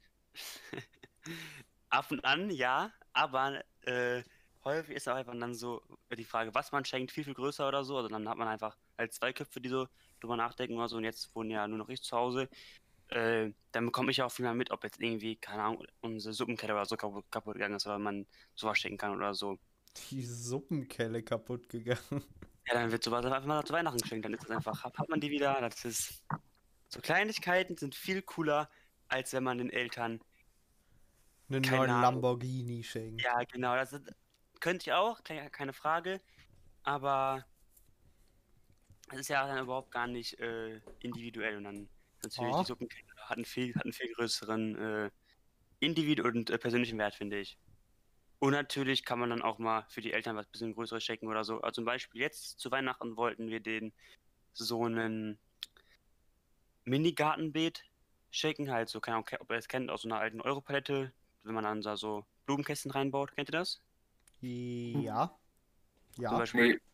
ab und an, ja, aber häufig ist auch einfach dann so die Frage, was man schenkt, viel, viel größer oder so. Also dann hat man einfach halt zwei Köpfe, die so drüber nachdenken oder so. Und jetzt wohnen ja nur noch ich zu Hause. Dann bekomme ich ja auch viel mehr mit, ob jetzt irgendwie, keine Ahnung, unsere Suppenkette oder so kaputt gegangen ist oder man sowas schenken kann oder so. Die Suppenkelle kaputt gegangen. Ja, dann wird sowas einfach mal zu Weihnachten geschenkt. Dann ist es einfach, hat man die wieder. Das ist, so Kleinigkeiten sind viel cooler, als wenn man den Eltern, Einen keine neuen Ahnung. Lamborghini schenkt. Ja, genau, könnte ich auch, keine Frage. Aber es ist ja dann überhaupt gar nicht individuell und dann natürlich Oh. die Suppenkette hat einen viel größeren Individu- und persönlichen Wert, finde ich. Und natürlich kann man dann auch mal für die Eltern was bisschen Größeres schenken oder so. Also zum Beispiel jetzt zu Weihnachten wollten wir denen so einen Mini-Gartenbeet schenken, halt so, keine Ahnung, ob ihr es kennt, aus so einer alten Europalette, wenn man dann da so Blumenkästen reinbaut. Kennt ihr das? Ja. Zum Ja. Beispiel, Nee,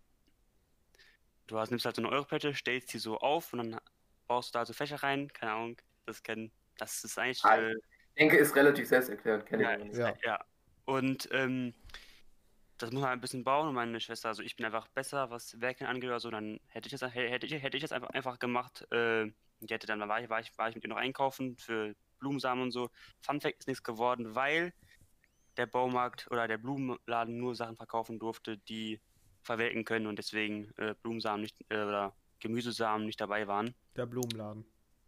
nimmst halt so eine Europalette, stellst die so auf und dann baust du da so Fächer rein, keine Ahnung, das ist eigentlich, ich denke, ist relativ selbsterklärend, kenne ich ja, aber nicht. Ja. ja. Und das muss man ein bisschen bauen und meine Schwester, also ich bin einfach besser, was Werkeln angeht oder so, dann hätte ich das einfach gemacht. Die hätte dann, war ich mit ihr noch einkaufen für Blumensamen und so. Fun Fact ist nichts geworden, weil der Baumarkt oder der Blumenladen nur Sachen verkaufen durfte, die verwelken können und deswegen Blumensamen nicht oder Gemüsesamen nicht dabei waren. Der Blumenladen.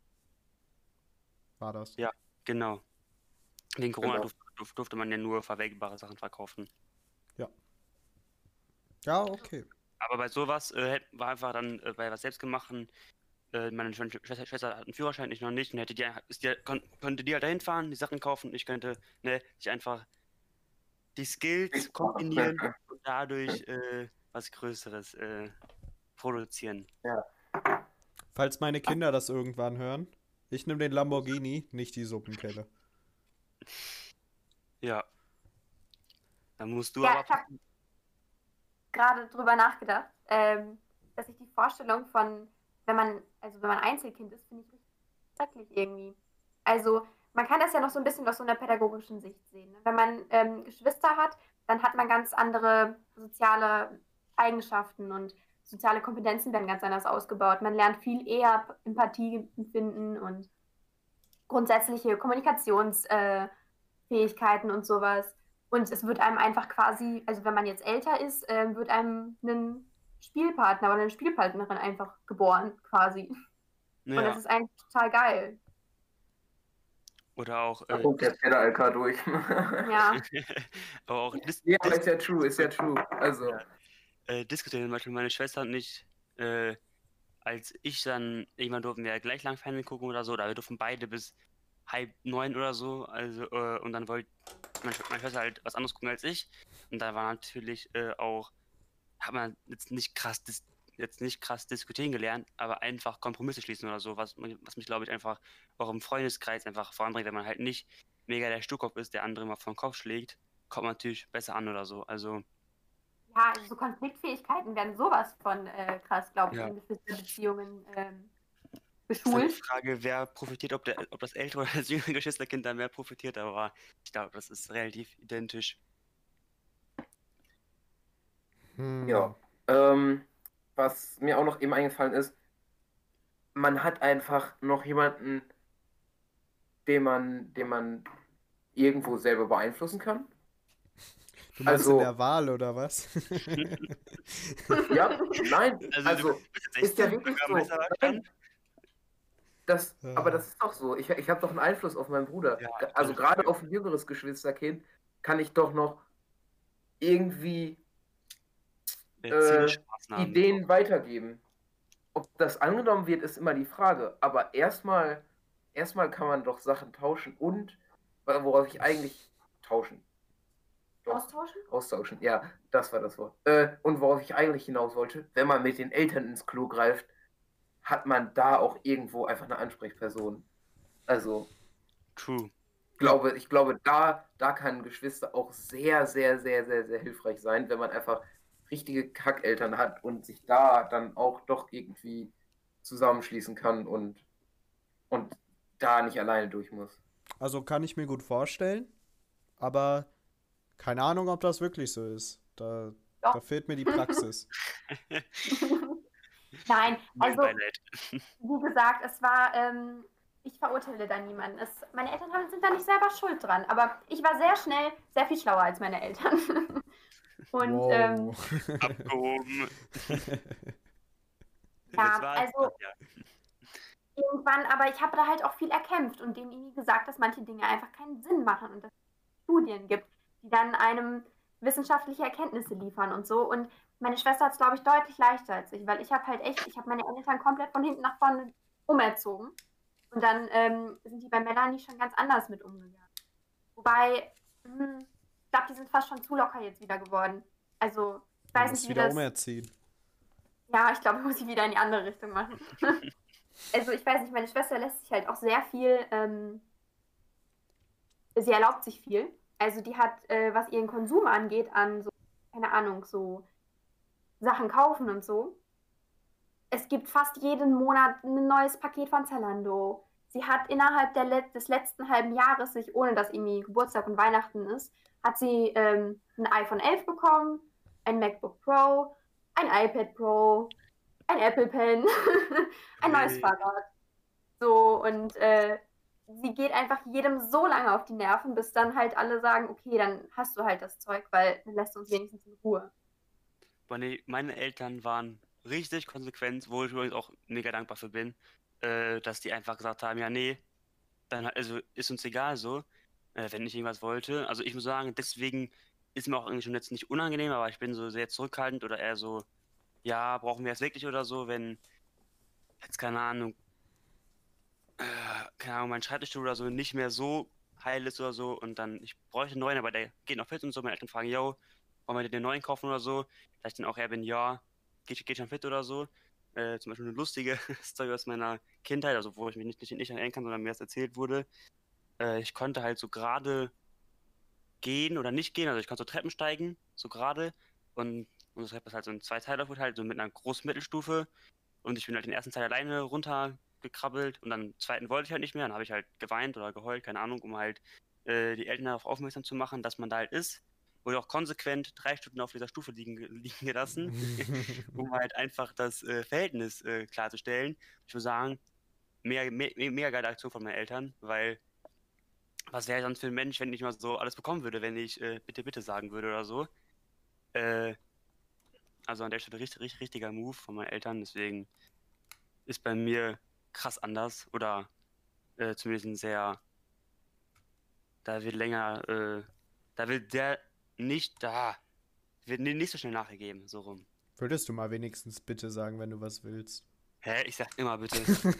War das. Ja, genau. Wegen Corona Genau. durfte man ja nur verwelkbare Sachen verkaufen. Ja, okay. Aber bei sowas war einfach dann bei was Selbstgemachten, meine Schwester hat einen Führerschein, ich noch nicht, und konnte die halt dahin fahren, die Sachen kaufen, ich könnte sich einfach die Skills kombinieren und dadurch was Größeres produzieren. Falls meine Kinder das irgendwann hören, ich nehme den Lamborghini, nicht die Suppenkelle. Ja. Dann musst du Ja, aber. ich habe gerade drüber nachgedacht, dass ich die Vorstellung von, wenn man Einzelkind ist, finde ich richtig schrecklich irgendwie. Also man kann das ja noch so ein bisschen aus so einer pädagogischen Sicht sehen. Ne? Wenn man Geschwister hat, dann hat man ganz andere soziale Eigenschaften und soziale Kompetenzen werden ganz anders ausgebaut. Man lernt viel eher Empathie empfinden und grundsätzliche Kommunikationsfähigkeiten und sowas. Und es wird einem einfach quasi, also wenn man jetzt älter ist, wird einem ein Spielpartner oder eine Spielpartnerin einfach geboren, quasi. Und das Ja. ist eigentlich total geil. Oder auch. Da guckt der Pedal-LK durch. Ja. Aber auch Ja, aber ist ja true, ist ja true. Also, diskutieren zum Beispiel meine Schwester und ich, als ich dann, irgendwann durften wir ja gleich lang Fernsehen gucken oder so, oder wir durften beide bis 8:30 oder so, also, und dann wollte meine Schwester halt was anderes gucken als ich, und da war natürlich hat man jetzt nicht krass diskutieren gelernt, aber einfach Kompromisse schließen oder so, was mich, glaube ich, einfach auch im Freundeskreis einfach voranbringt, wenn man halt nicht mega der Sturkopf ist, der andere mal vom Kopf schlägt, kommt man natürlich besser an oder so, also. Ja, also so Konfliktfähigkeiten werden sowas von krass, glaube ich, Ja. in Geschwisterbeziehungen Ist dann die geschult. Frage, wer profitiert, ob das ältere oder das jüngere Geschwisterkind da mehr profitiert, aber ich glaube, das ist relativ identisch. ja. Was mir auch noch eben eingefallen ist, man hat einfach noch jemanden, den man irgendwo selber beeinflussen kann. Du meinst Also- in der Wahl oder was? Ja, nein, Also, also du bist jetzt ist ja 16, wirklich so. Bürgermeister Nein, Ja. aber das ist doch so. Ich habe doch einen Einfluss auf meinen Bruder. Ja, Also natürlich. gerade auf ein jüngeres Geschwisterkind kann ich doch noch irgendwie Erzieherische Maßnahmen. Ideen weitergeben. Ob das angenommen wird, ist immer die Frage. Aber erstmal kann man doch Sachen tauschen und worauf ich eigentlich tauschen. Doch, austauschen, ja, das war das Wort. Und worauf ich eigentlich hinaus wollte, wenn man mit den Eltern ins Klo greift, hat man da auch irgendwo einfach eine Ansprechperson. Also, True. ich glaube, da kann ein Geschwister auch sehr, sehr, sehr, sehr, sehr hilfreich sein, wenn man einfach richtige Kackeltern hat und sich da dann auch doch irgendwie zusammenschließen kann und da nicht alleine durch muss. Also kann ich mir gut vorstellen, aber keine Ahnung, ob das wirklich so ist. Da fehlt mir die Praxis. Nein, Mein also Beileid. wie gesagt, es war, ich verurteile da niemanden. Meine Eltern sind da nicht selber schuld dran, aber ich war sehr schnell sehr viel schlauer als meine Eltern. Und Wow. Abgehoben. Ja, Jetzt war- also- ja. irgendwann, aber ich habe da halt auch viel erkämpft und denen irgendwie gesagt, dass manche Dinge einfach keinen Sinn machen und dass es Studien gibt, die dann einem wissenschaftliche Erkenntnisse liefern und so. Und Meine Schwester hat es, glaube ich, deutlich leichter als ich, weil ich habe halt echt, ich habe meine Eltern komplett von hinten nach vorne umerzogen. Und dann sind die bei Melanie schon ganz anders mit umgegangen. Wobei, ich glaube, die sind fast schon zu locker jetzt wieder geworden. Also, ich Man weiß nicht, muss wie wieder das. umerziehen. Ja, ich glaube, muss ich wieder in die andere Richtung machen. Also, ich weiß nicht, meine Schwester lässt sich halt auch sehr viel, sie erlaubt sich viel. Also, die hat, was ihren Konsum angeht, an so, keine Ahnung, so Sachen kaufen und so. Es gibt fast jeden Monat ein neues Paket von Zalando. Sie hat innerhalb des letzten halben Jahres, sich, ohne dass irgendwie Geburtstag und Weihnachten ist, hat sie ein iPhone 11 bekommen, ein MacBook Pro, ein iPad Pro, ein Apple Pen, ein neues Fahrrad. So, und sie geht einfach jedem so lange auf die Nerven, bis dann halt alle sagen, okay, dann hast du halt das Zeug, weil dann lässt du uns wenigstens in Ruhe. Meine Eltern waren richtig konsequent, wo ich übrigens auch mega dankbar für bin, dass die einfach gesagt haben, ja, nee, dann also ist uns egal so, wenn ich irgendwas wollte. Also ich muss sagen, deswegen ist mir auch irgendwie schon jetzt nicht unangenehm, aber ich bin so sehr zurückhaltend oder eher so, ja, brauchen wir es wirklich oder so, wenn jetzt keine Ahnung, mein Schreibtischstuhl oder so nicht mehr so heil ist oder so und dann, ich bräuchte einen neuen, aber der geht noch fit und so, meine Eltern fragen, yo, wollen wir den neuen kaufen oder so? Da ich dann auch eher bin, ja, geht schon fit oder so. Zum Beispiel eine lustige Story aus meiner Kindheit, also wo ich mich nicht erinnern kann, sondern mir das erzählt wurde. Ich konnte halt so gerade gehen oder nicht gehen, also ich konnte so Treppen steigen, so gerade und unsere Treppe ist halt so in zwei Teile aufgeteilt, so mit einer großen Mittelstufe und ich bin halt den ersten Teil alleine runtergekrabbelt und dann den zweiten wollte ich halt nicht mehr. Dann habe ich halt geweint oder geheult, keine Ahnung, um halt die Eltern darauf aufmerksam zu machen, dass man da halt ist. Wurde auch konsequent 3 Stunden auf dieser Stufe liegen gelassen, um halt einfach das Verhältnis klarzustellen. Ich würde sagen, mega geile Aktion von meinen Eltern, weil was wäre ich sonst für ein Mensch, wenn ich mal so alles bekommen würde, wenn ich bitte, bitte sagen würde oder so. Äh, also an der Stelle richtiger Move von meinen Eltern, deswegen ist bei mir krass anders oder zumindest sehr, da wird länger, da wird der nicht so schnell nachgegeben, so rum. Würdest du mal wenigstens bitte sagen, wenn du was willst? Hä? Ich sag immer bitte.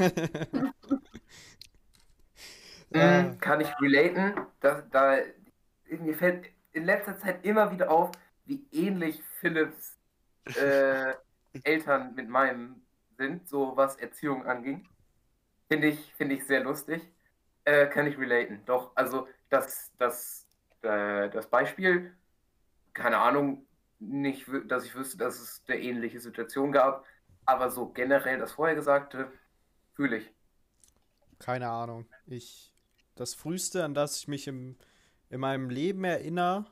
Ja, Kann ich relaten? Mir fällt in letzter Zeit immer wieder auf, wie ähnlich Philips Eltern mit meinem sind, so was Erziehung anging. Finde ich sehr lustig. Kann ich relaten. Doch, also das Beispiel, keine Ahnung, nicht, dass ich wüsste, dass es eine ähnliche Situation gab, aber so generell das vorher Gesagte, fühle ich. keine Ahnung. Das Früheste, an das ich mich in meinem Leben erinnere,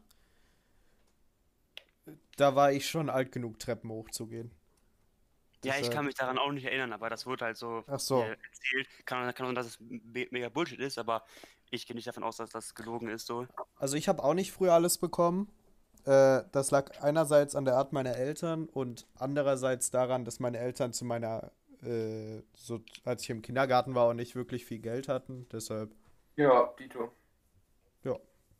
da war ich schon alt genug, Treppen hochzugehen. Ja, ich Deshalb, kann mich daran auch nicht erinnern, aber das wurde halt so ach mir so. erzählt. Kann sein, dass es mega Bullshit ist, aber ich gehe nicht davon aus, dass das gelogen ist, so. Also ich habe auch nicht früher alles bekommen. Das lag einerseits an der Art meiner Eltern und andererseits daran, dass meine Eltern so als ich im Kindergarten war und nicht wirklich viel Geld hatten. Deshalb, Ja, Dito. ja.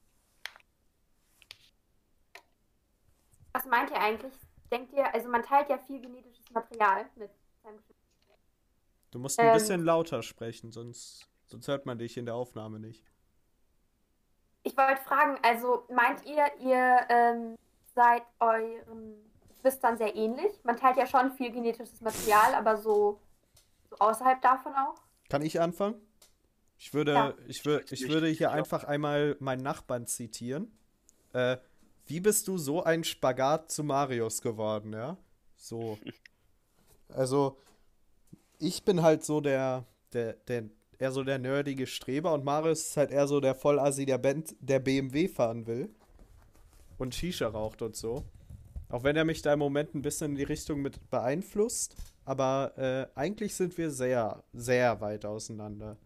Was meint ihr eigentlich? Denkt ihr, also man teilt ja viel genetisches Material mit seinem Geschwister. Du musst ein Ähm, bisschen lauter sprechen, sonst hört man dich in der Aufnahme nicht. Ich wollte fragen, also meint ihr, ihr seid euren Geschwistern sehr ähnlich? Man teilt ja schon viel genetisches Material, aber so außerhalb davon auch? Kann ich anfangen? Ja. Ich würde hier einfach einmal meinen Nachbarn zitieren. Äh, Wie bist du so ein Spagat zu Marius geworden, ja? So. Also, ich bin halt so eher so der nerdige Streber und Marius ist halt eher so der Vollassi der BMW fahren will und Shisha raucht und so. Auch wenn er mich da im Moment ein bisschen in die Richtung mit beeinflusst, aber eigentlich sind wir sehr, sehr weit auseinander.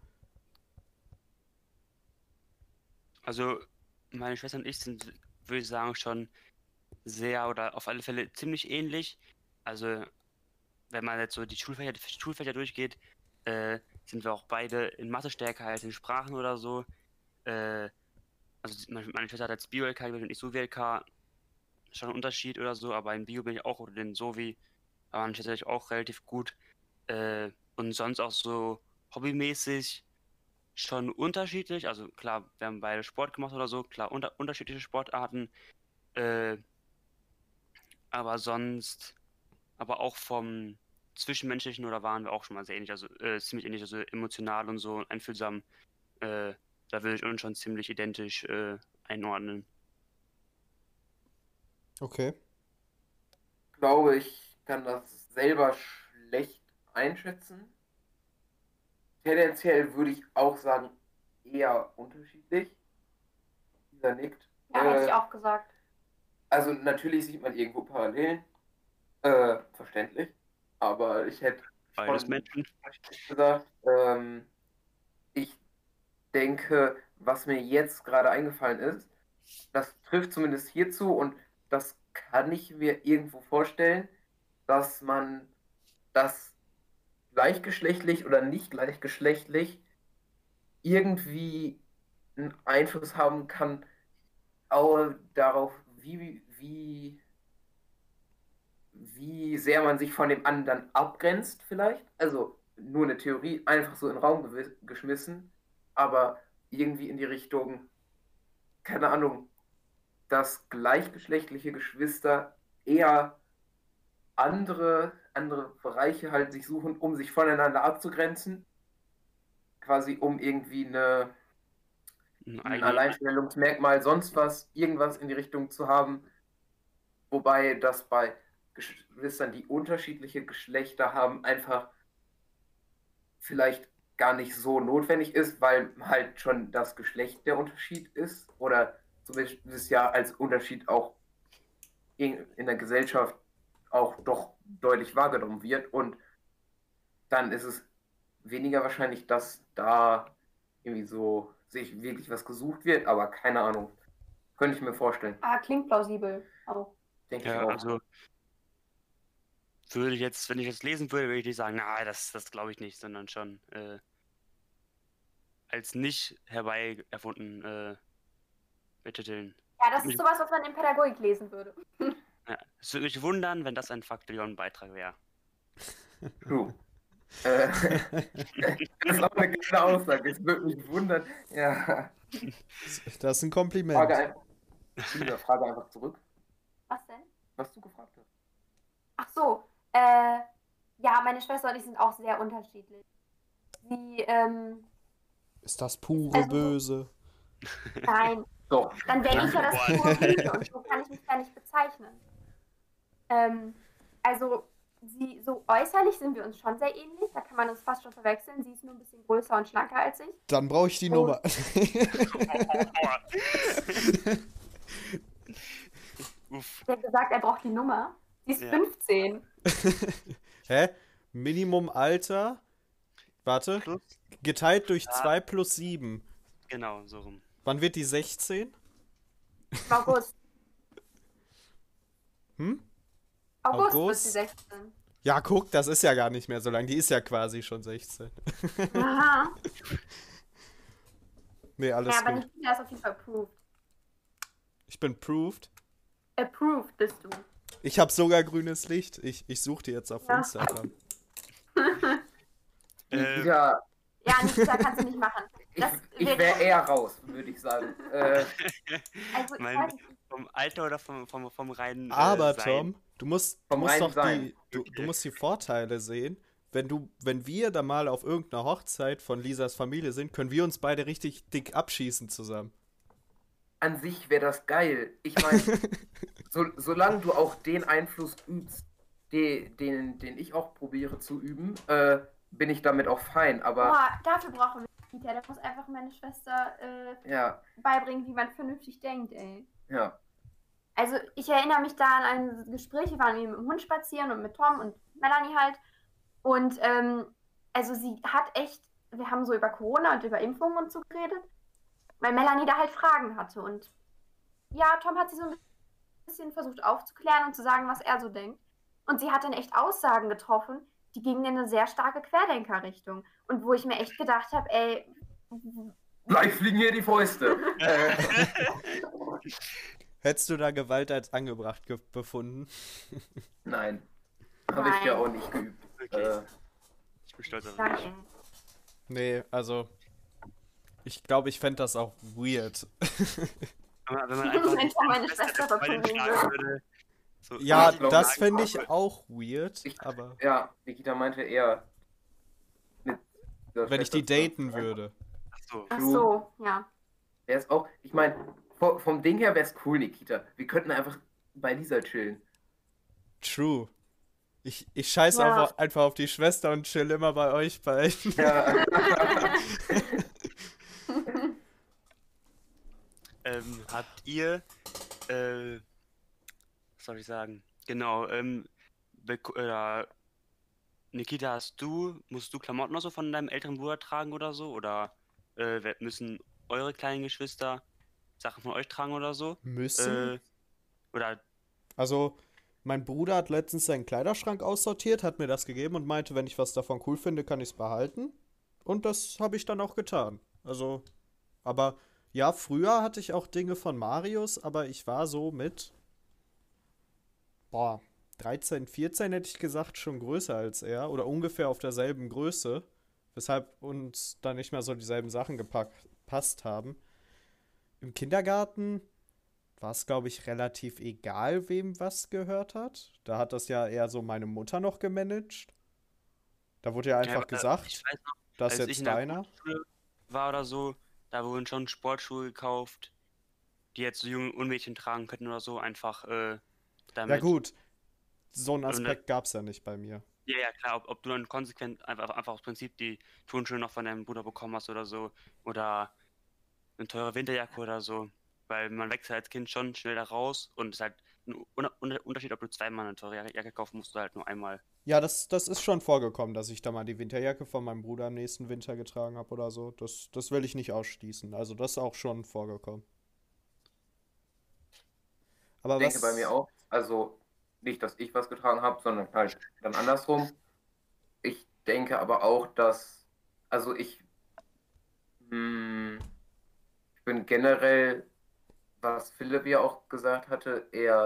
Also, meine Schwester und ich sind, würde ich sagen, schon sehr oder auf alle Fälle ziemlich ähnlich. Also, wenn man jetzt so die Schulfächer durchgeht, sind wir auch beide in Mathe stärker als in Sprachen oder so. Also, meine Schwester hat als Bio-LK gewählt und ich so WLK. schon ein Unterschied oder so, aber in Bio bin ich auch, oder den Sovi, aber tatsächlich auch relativ gut. Und sonst auch so hobbymäßig schon unterschiedlich. Also klar, wir haben beide Sport gemacht oder so, klar, unterschiedliche Sportarten. Äh, aber sonst, aber auch vom Zwischenmenschlichen oder waren wir auch schon mal sehr ähnlich, also ziemlich ähnlich, also emotional und so einfühlsam. Da würde ich uns schon ziemlich identisch einordnen. Okay. Ich glaube, ich kann das selber schlecht einschätzen. Tendenziell würde ich auch sagen, eher unterschiedlich. Dieser nickt. Ja, hätte ich auch gesagt. Also natürlich sieht man irgendwo Parallelen. Verständlich. Aber ich hätte Beides schon Menschen. gesagt, ich denke, was mir jetzt gerade eingefallen ist, das trifft zumindest hierzu und das kann ich mir irgendwo vorstellen, dass man das gleichgeschlechtlich oder nicht gleichgeschlechtlich irgendwie einen Einfluss haben kann auch darauf, wie sehr man sich von dem anderen abgrenzt vielleicht. Also nur eine Theorie, einfach so in den Raum geschmissen, aber irgendwie in die Richtung, keine Ahnung, dass gleichgeschlechtliche Geschwister eher andere Bereiche halt sich suchen, um sich voneinander abzugrenzen. Quasi um irgendwie ein Alleinstellungsmerkmal, sonst was, irgendwas in die Richtung zu haben. Wobei das bei Geschwistern, die unterschiedliche Geschlechter haben, einfach vielleicht gar nicht so notwendig ist, weil halt schon das Geschlecht der Unterschied ist oder zumindest ja als Unterschied auch in der Gesellschaft auch doch deutlich wahrgenommen wird und dann ist es weniger wahrscheinlich, dass da irgendwie so sich wirklich was gesucht wird, aber keine Ahnung. Könnte ich mir vorstellen. Klingt plausibel. Auch. Denke ich Ja, auch. also würde ich jetzt, wenn ich jetzt lesen würde, würde ich nicht sagen, na, das glaube ich nicht, sondern schon als nicht herbei erfunden betiteln. Ja, das ist sowas, was man in Pädagogik lesen würde. Ja, es würde mich wundern, wenn das ein Faktorion-Beitrag wäre. True. Das ist auch eine geile Aussage. Es würde mich wundern. Ja. Das ist ein Kompliment. Frage einfach zurück. Was denn? Was du gefragt hast. Ach so. Ja, meine Schwester und ich sind auch sehr unterschiedlich. Sie, Ist das pure also, Böse? Nein. Doch. Dann wäre ich ja das pure Böse und so kann ich mich gar nicht bezeichnen. Also, so äußerlich sind wir uns schon sehr ähnlich. Da kann man uns fast schon verwechseln. Sie ist nur ein bisschen größer und schlanker als ich. Dann brauche ich die Nummer. Uff. Sie hat gesagt, er braucht die Nummer. Sie ist 15. Hä? Minimum Alter? Warte. Plus? Geteilt durch 2 plus 7. Genau, so rum. Wann wird die 16? Im August. August wird sie 16. Ja, guck, das ist ja gar nicht mehr so lang. Die ist ja quasi schon 16. Aha. Nee, alles Ja, aber gut. Nikita ist auf jeden Fall approved. Ich bin proved. Approved bist du. Ich habe sogar grünes Licht. Ich suche die jetzt auf Ja. Instagram. Ja, Ja, Nikita kannst du nicht machen. ich wäre eher raus, würde ich sagen. Also, ich weiß nicht. Vom Alter oder vom reinen Aber Sein? Tom, du musst Vom reinen doch Sein. du musst die Vorteile sehen. Wenn wir da mal auf irgendeiner Hochzeit von Lisas Familie sind, können wir uns beide richtig dick abschießen zusammen. An sich wäre das geil. Ich meine, solange du auch den Einfluss übst, den ich auch probiere zu üben, bin ich damit auch fein. Aber Boah, dafür brauchen wir Nikita. Der muss einfach meine Schwester ja, beibringen, wie man vernünftig denkt, ey. ja. Also, ich erinnere mich da an ein Gespräch, wir waren eben mit dem Hund spazieren und mit Tom und Melanie halt. Und also sie hat echt, wir haben so über Corona und über Impfungen und so geredet, weil Melanie da halt Fragen hatte. Und ja, Tom hat sie so ein bisschen versucht aufzuklären und zu sagen, was er so denkt. Und sie hat dann echt Aussagen getroffen, die gingen in eine sehr starke Querdenker-Richtung. Und wo ich mir echt gedacht habe, ey, Gleich fliegen hier die Fäuste. Hättest du da Gewalt als angebracht befunden? Nein. Habe ich ja Nein. auch nicht geübt. Okay. Ich bin stolz auf dich. Danke. Nee, also ich glaube, ich fände das auch weird. Wenn man einfach Wenn ich meine die Schwester Schwester der Freundin verprügeln schlagen würde. So, Ja, ich glaub, das ich fände auch. ich auch weird, Ich- aber Ja, Nikita meinte eher mit dieser wenn ich die Schwester daten zusammen. würde. Ach so. Ach so, ja. Der ist auch, ich meine, vom Ding her wäre es cool, Nikita. Wir könnten einfach bei Lisa chillen. True. Ich scheiße Ja. einfach auf die Schwester und chill immer bei euch beiden. Ja. Habt ihr, was soll ich sagen? Genau, Nikita, musst du Klamotten oder so von deinem älteren Bruder tragen oder so? Oder müssen eure kleinen Geschwister Sachen von euch tragen oder so? Müssen? Oder, Also, mein Bruder hat letztens seinen Kleiderschrank aussortiert, hat mir das gegeben und meinte, wenn ich was davon cool finde, kann ich es behalten. Und das habe ich dann auch getan. Also, aber ja, früher hatte ich auch Dinge von Marius, aber ich war so mit, 13, 14 hätte ich gesagt, schon größer als er oder ungefähr auf derselben Größe, weshalb uns dann nicht mehr so dieselben Sachen gepasst haben. Im Kindergarten war es, glaube ich, relativ egal, wem was gehört hat. Da hat das ja eher so meine Mutter noch gemanagt. Da wurde ja einfach ich gesagt, weiß noch, das ist als ich jetzt in der deiner. Grundschule war oder so, da wurden schon Sportschuhe gekauft, die jetzt so junge Unmädchen tragen könnten oder so, einfach Ja damit. gut, so einen Und, Aspekt gab es ja nicht bei mir. Ja, klar, ob du dann konsequent einfach aus Prinzip die Turnschuhe noch von deinem Bruder bekommen hast oder so, oder eine teure Winterjacke oder so, weil man wechselt als Kind schon schnell da raus und es ist halt ein Unterschied, ob du zweimal eine teure Jacke kaufen musst oder halt nur einmal. Ja, das ist schon vorgekommen, dass ich da mal die Winterjacke von meinem Bruder im nächsten Winter getragen habe oder so. Das will ich nicht ausschließen. Also das ist auch schon vorgekommen. Aber Ich denke bei mir auch. Also nicht, dass ich was getragen habe, sondern halt dann andersrum. Ich denke aber auch, dass, also ich bin generell, was Philipp ja auch gesagt hatte,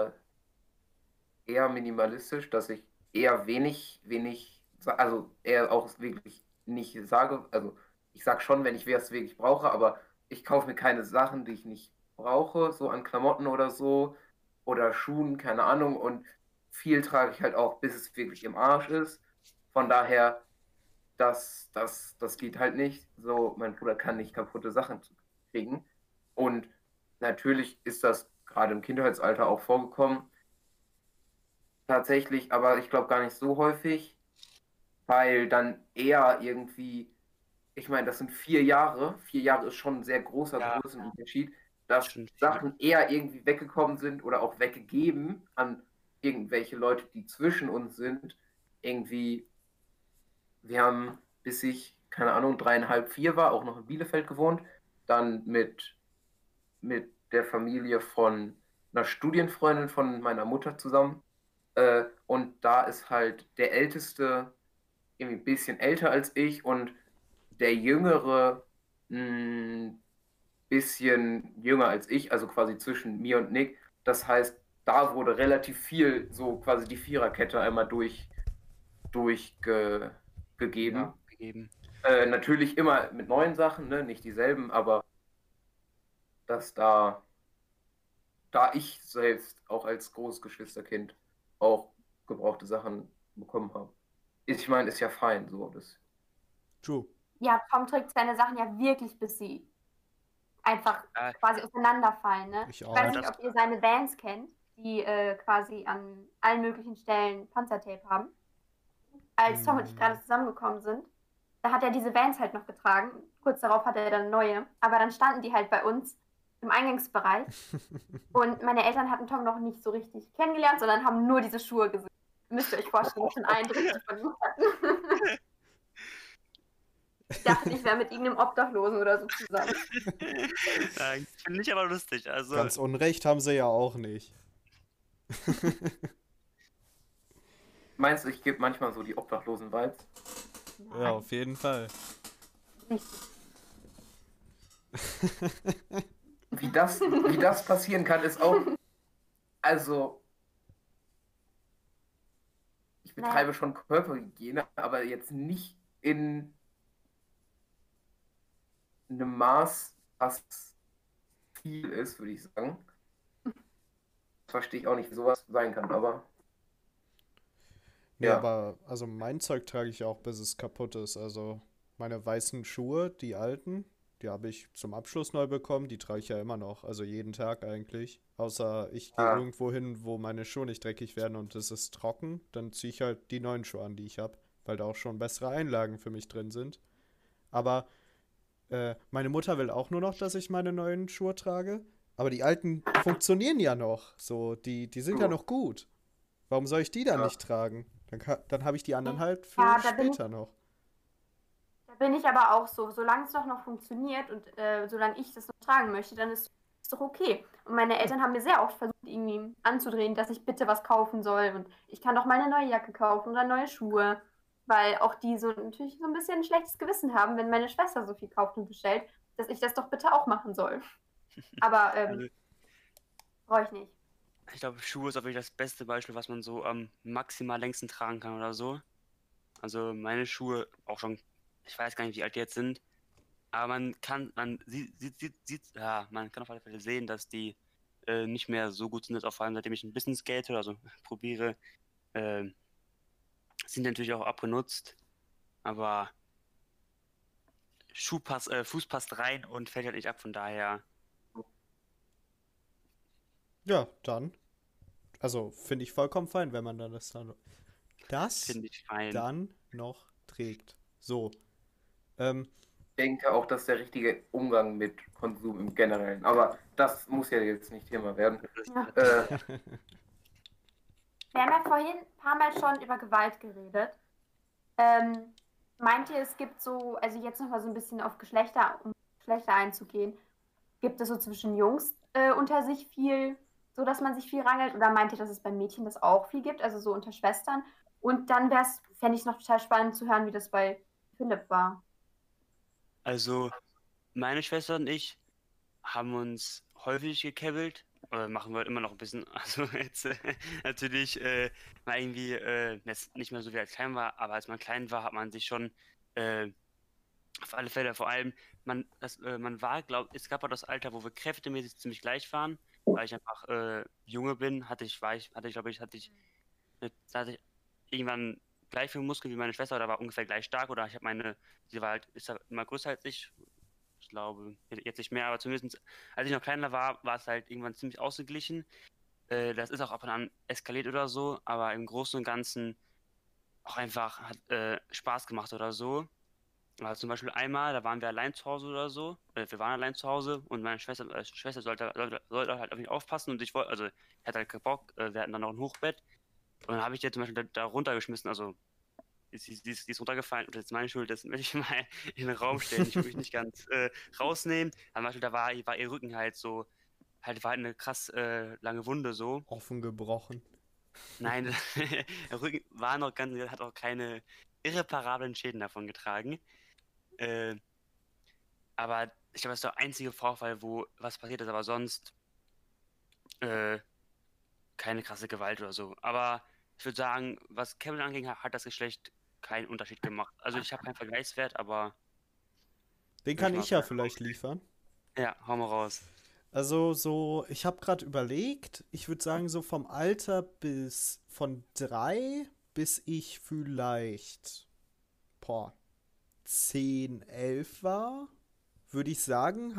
eher minimalistisch, dass ich eher wenig, also eher auch wirklich nicht sage, also ich sage schon, wenn ich es wirklich brauche, aber ich kaufe mir keine Sachen, die ich nicht brauche, so an Klamotten oder so oder Schuhen, keine Ahnung, und viel trage ich halt auch, bis es wirklich im Arsch ist. Von daher, das geht halt nicht. So, mein Bruder kann nicht kaputte Sachen kriegen. Und natürlich ist das gerade im Kindheitsalter auch vorgekommen. Tatsächlich, aber ich glaube gar nicht so häufig, weil dann eher irgendwie, ich meine, das sind 4 Jahre. 4 Jahre ist schon ein sehr großer Ja. Größenunterschied, dass Schon viel. Sachen eher irgendwie weggekommen sind oder auch weggegeben an irgendwelche Leute, die zwischen uns sind. Irgendwie, wir haben, bis ich, keine Ahnung, 3,5, 4 war, auch noch in Bielefeld gewohnt, dann mit der Familie von einer Studienfreundin von meiner Mutter zusammen. Und da ist halt der Älteste irgendwie ein bisschen älter als ich und der Jüngere ein bisschen jünger als ich, also quasi zwischen mir und Nick. Das heißt, da wurde relativ viel, so quasi die Viererkette einmal durchgegeben. Ja, gegeben. Natürlich immer mit neuen Sachen, ne? Nicht dieselben, aber dass da ich selbst auch als Großgeschwisterkind auch gebrauchte Sachen bekommen habe. Ich meine, ist ja fein, so. Das, True. Ja, Tom trägt seine Sachen ja wirklich, bis sie einfach Ja. quasi auseinanderfallen. Ne? Ich Ich auch. weiß Ja, nicht, ob ihr seine Vans kennt, die quasi an allen möglichen Stellen Panzertape haben. Als Tom und ich gerade zusammengekommen sind, da hat er diese Vans halt noch getragen. Kurz darauf hatte er dann neue. Aber dann standen die halt bei uns im Eingangsbereich. Und meine Eltern hatten Tom noch nicht so richtig kennengelernt, sondern haben nur diese Schuhe gesehen. Müsst ihr euch vorstellen, was für einen Eindruck die von ihm hatten. Ich dachte, ich wäre mit irgendeinem Obdachlosen oder so zusammen. Finde ich aber lustig. Also, Ganz Unrecht haben sie ja auch nicht. meinst du, ich gebe manchmal so die obdachlosen Vibes? Ja, auf jeden Fall. Richtig. Wie das passieren kann, ist auch Also, ich Naja, betreibe schon Körperhygiene, aber jetzt nicht in einem Maß, was viel ist, würde ich sagen. Verstehe ich auch nicht, wie sowas sein kann, aber Nee, ja. aber also mein Zeug trage ich auch, bis es kaputt ist. Also meine weißen Schuhe, die alten, die habe ich zum Abschluss neu bekommen, die trage ich ja immer noch. Also jeden Tag eigentlich. Außer ich gehe Ah, irgendwo hin, wo meine Schuhe nicht dreckig werden und es ist trocken, dann ziehe ich halt die neuen Schuhe an, die ich habe, weil da auch schon bessere Einlagen für mich drin sind. Aber meine Mutter will auch nur noch, dass ich meine neuen Schuhe trage. Aber die alten funktionieren ja noch. So, die sind ja so, noch gut. Warum soll ich die dann ja. nicht tragen? Dann habe ich die anderen halt für ja, später noch. da bin ich aber auch so. Solange es doch noch funktioniert und solange ich das noch tragen möchte, dann ist es doch okay. Und meine Ja. Eltern haben mir sehr oft versucht, irgendwie anzudrehen, dass ich bitte was kaufen soll. Und ich kann doch meine neue Jacke kaufen oder neue Schuhe. Weil auch die so natürlich so ein bisschen ein schlechtes Gewissen haben, wenn meine Schwester so viel kauft und bestellt, dass ich das doch bitte auch machen soll. Aber Also, brauche ich nicht. ich glaube, Schuhe ist auch wirklich das beste Beispiel, was man so am maximal längsten tragen kann oder so. Also meine Schuhe auch schon, ich weiß gar nicht, wie alt die jetzt sind, aber man kann auf alle Fälle sehen, dass die nicht mehr so gut sind, jetzt auch vor allem seitdem ich ein bisschen skate, also probiere, äh, sind natürlich auch abgenutzt, aber Fuß passt rein und fällt halt nicht ab, von daher Ja, dann. Also finde ich vollkommen fein, wenn man dann das finde ich fein. dann noch trägt. So. Ähm, Ich denke auch, das ist der richtige Umgang mit Konsum im Generellen. Aber das muss ja jetzt nicht Thema werden. Ja. Äh, Wir haben ja vorhin ein paar Mal schon über Gewalt geredet. Ähm, Meint ihr, es gibt so, also jetzt nochmal so ein bisschen auf Geschlechter, um Geschlechter einzugehen, gibt es so zwischen Jungs unter sich viel, so dass man sich viel rangelt? Oder meint ihr, dass es bei Mädchen das auch viel gibt, also so unter Schwestern? Und dann fände ich es noch total spannend zu hören, wie das bei Philipp war. Also meine Schwester und ich haben uns häufig gekebbelt, machen wir immer noch ein bisschen. Also jetzt natürlich mal irgendwie jetzt nicht mehr so wie als klein war, aber als man klein war, hat man sich schon äh, auf alle Fälle, vor allem, man war, es gab auch das Alter, wo wir kräftemäßig ziemlich gleich waren, weil ich einfach Junge bin, da hatte ich irgendwann gleich viel Muskeln wie meine Schwester oder war ungefähr gleich stark oder sie war halt, ist halt immer größer als ich glaube, jetzt nicht mehr, aber zumindest als ich noch kleiner war, war es halt irgendwann ziemlich ausgeglichen. Das ist auch ab und an eskaliert oder so, aber im Großen und Ganzen auch einfach hat Spaß gemacht oder so. Also zum Beispiel einmal, da waren wir allein zu Hause oder so. Wir waren allein zu Hause und meine Schwester sollte halt auf mich aufpassen und ich hatte halt keinen Bock, wir hatten dann noch ein Hochbett. Und dann habe ich die zum Beispiel da runtergeschmissen, also die ist runtergefallen und das ist meine Schuld, das möchte ich mal in den Raum stellen. Ich will mich nicht ganz rausnehmen. Aber zum Beispiel, war ihr Rücken halt so, war halt eine krass lange Wunde so. offen gebrochen. Nein, der Rücken war noch ganz, hat auch keine irreparablen Schäden davon getragen. Äh, aber ich glaube, das ist der einzige Vorfall, wo was passiert ist, aber sonst äh, keine krasse Gewalt oder so. Aber ich würde sagen, was Kevin anging, hat das Geschlecht keinen Unterschied gemacht. Also ich habe keinen Vergleichswert, aber Den würde ich kann mal ich ja sagen. vielleicht liefern. Ja, hau mal raus. Also so, ich habe gerade überlegt, ich würde sagen so vom Alter bis von 3 bis ich vielleicht, boah, 10, 11 war, würde ich sagen,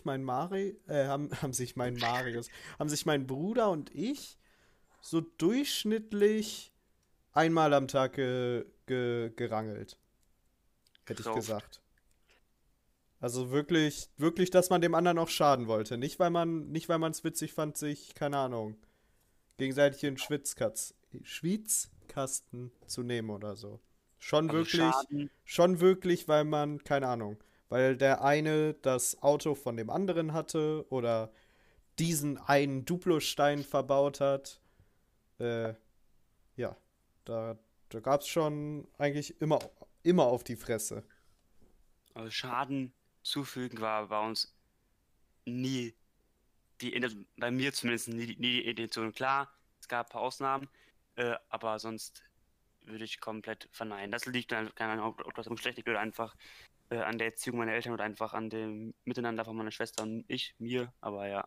haben sich mein Bruder und ich so durchschnittlich einmal am Tag gerangelt, hätte ich Gerauft. gesagt. Also wirklich, wirklich, dass man dem anderen auch schaden wollte. Nicht weil man es witzig fand, sich, keine Ahnung, gegenseitig in den Schwitzkasten zu nehmen oder so. Also Schaden. Schon wirklich, weil man, keine Ahnung, weil der eine das Auto von dem anderen hatte oder diesen einen Duplostein verbaut hat. Äh, ja, da gab es schon eigentlich immer auf die Fresse. Also Schaden zufügen war bei uns nie also bei mir zumindest nie die Intention. Klar, es gab ein paar Ausnahmen, aber sonst würde ich komplett verneinen. Das liegt dann, keine Ahnung, ob das schlecht liegt oder einfach an der Erziehung meiner Eltern oder einfach an dem Miteinander von meiner Schwester und mir, aber ja.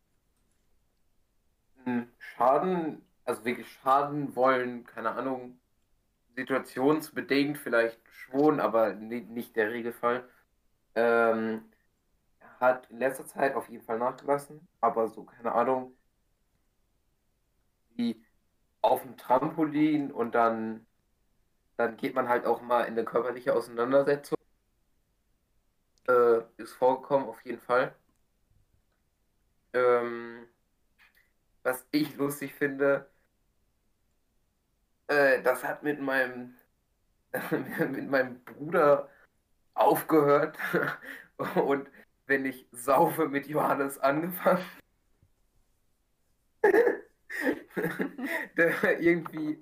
Schaden, also wirklich schaden wollen, keine Ahnung, situationsbedingt vielleicht schon, aber nicht der Regelfall. Hat in letzter Zeit auf jeden Fall nachgelassen, aber so, keine Ahnung, wie auf dem Trampolin und dann geht man halt auch mal in eine körperliche Auseinandersetzung. Ist vorgekommen, auf jeden Fall. Was ich lustig finde, das hat mit meinem Bruder aufgehört und wenn ich saufe mit Johannes angefangen. Der irgendwie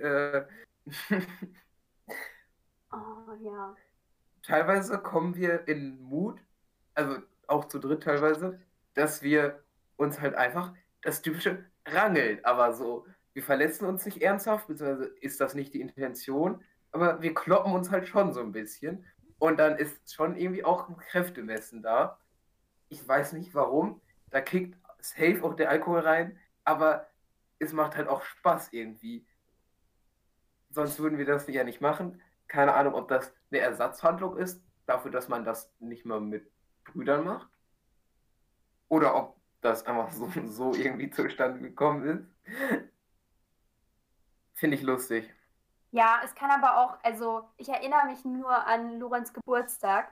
Oh ja. teilweise kommen wir in Mut, also auch zu dritt teilweise, dass wir uns halt einfach das typische rangeln, aber so, wir verletzen uns nicht ernsthaft, beziehungsweise ist das nicht die Intention, aber wir kloppen uns halt schon so ein bisschen und dann ist schon irgendwie auch ein Kräftemessen da. Ich weiß nicht warum, da kickt safe auch der Alkohol rein, aber es macht halt auch Spaß irgendwie. Sonst würden wir das ja nicht machen. Keine Ahnung, ob das eine Ersatzhandlung ist, dafür, dass man das nicht mal mit Brüdern macht. Oder ob das einfach so irgendwie zustande gekommen ist. Finde ich lustig. Ja, es kann aber auch, also ich erinnere mich nur an Lorenz Geburtstag.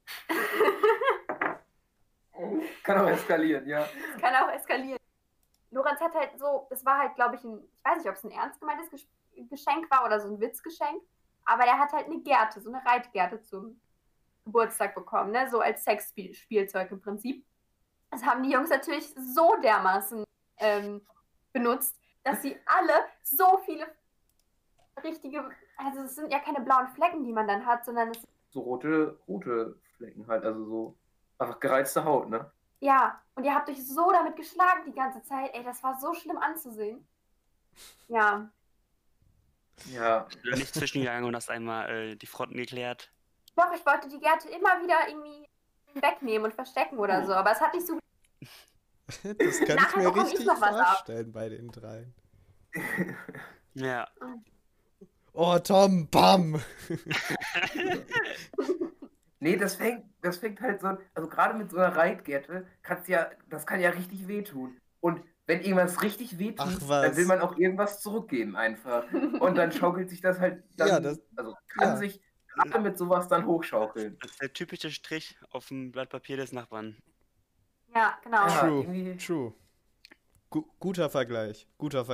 Kann auch eskalieren, ja. Es kann auch eskalieren. Lorenz hat halt so, es war halt, glaube ich, ich weiß nicht, ob es ein ernst gemeintes Geschenk war oder so ein Witzgeschenk, aber der hat halt eine Gerte, so eine Reitgerte zum Geburtstag bekommen, ne? So als Sexspielzeug im Prinzip. Das haben die Jungs natürlich so dermaßen benutzt, dass sie alle so viele richtige, also es sind ja keine blauen Flecken, die man dann hat, sondern es So rote Flecken halt, also so einfach gereizte Haut, ne? ja, und ihr habt euch so damit geschlagen die ganze Zeit. Ey, das war so schlimm anzusehen. Ja. Ja. Du bist nicht zwischengegangen und hast einmal die Fronten geklärt. Doch, ich wollte die Gerte immer wieder irgendwie wegnehmen und verstecken oder so, aber es hat nicht so. Das kann ich Nachher mir bekomme ich richtig noch was ab. vorstellen bei den dreien. Ja. Oh, Tom, bam! Nee, das fängt halt so, also gerade mit so einer Reitgerte, das kann ja richtig wehtun. Und wenn irgendwas richtig wehtut, Ach, was? dann will man auch irgendwas zurückgeben einfach. Und dann schaukelt sich das halt dann, Ja, das- also kann ja. sich gerade mit sowas dann hochschaukeln. Das ist der typische Strich auf dem Blatt Papier des Nachbarn. Ja, genau. Ja. True, irgendwie- true. Guter Vergleich,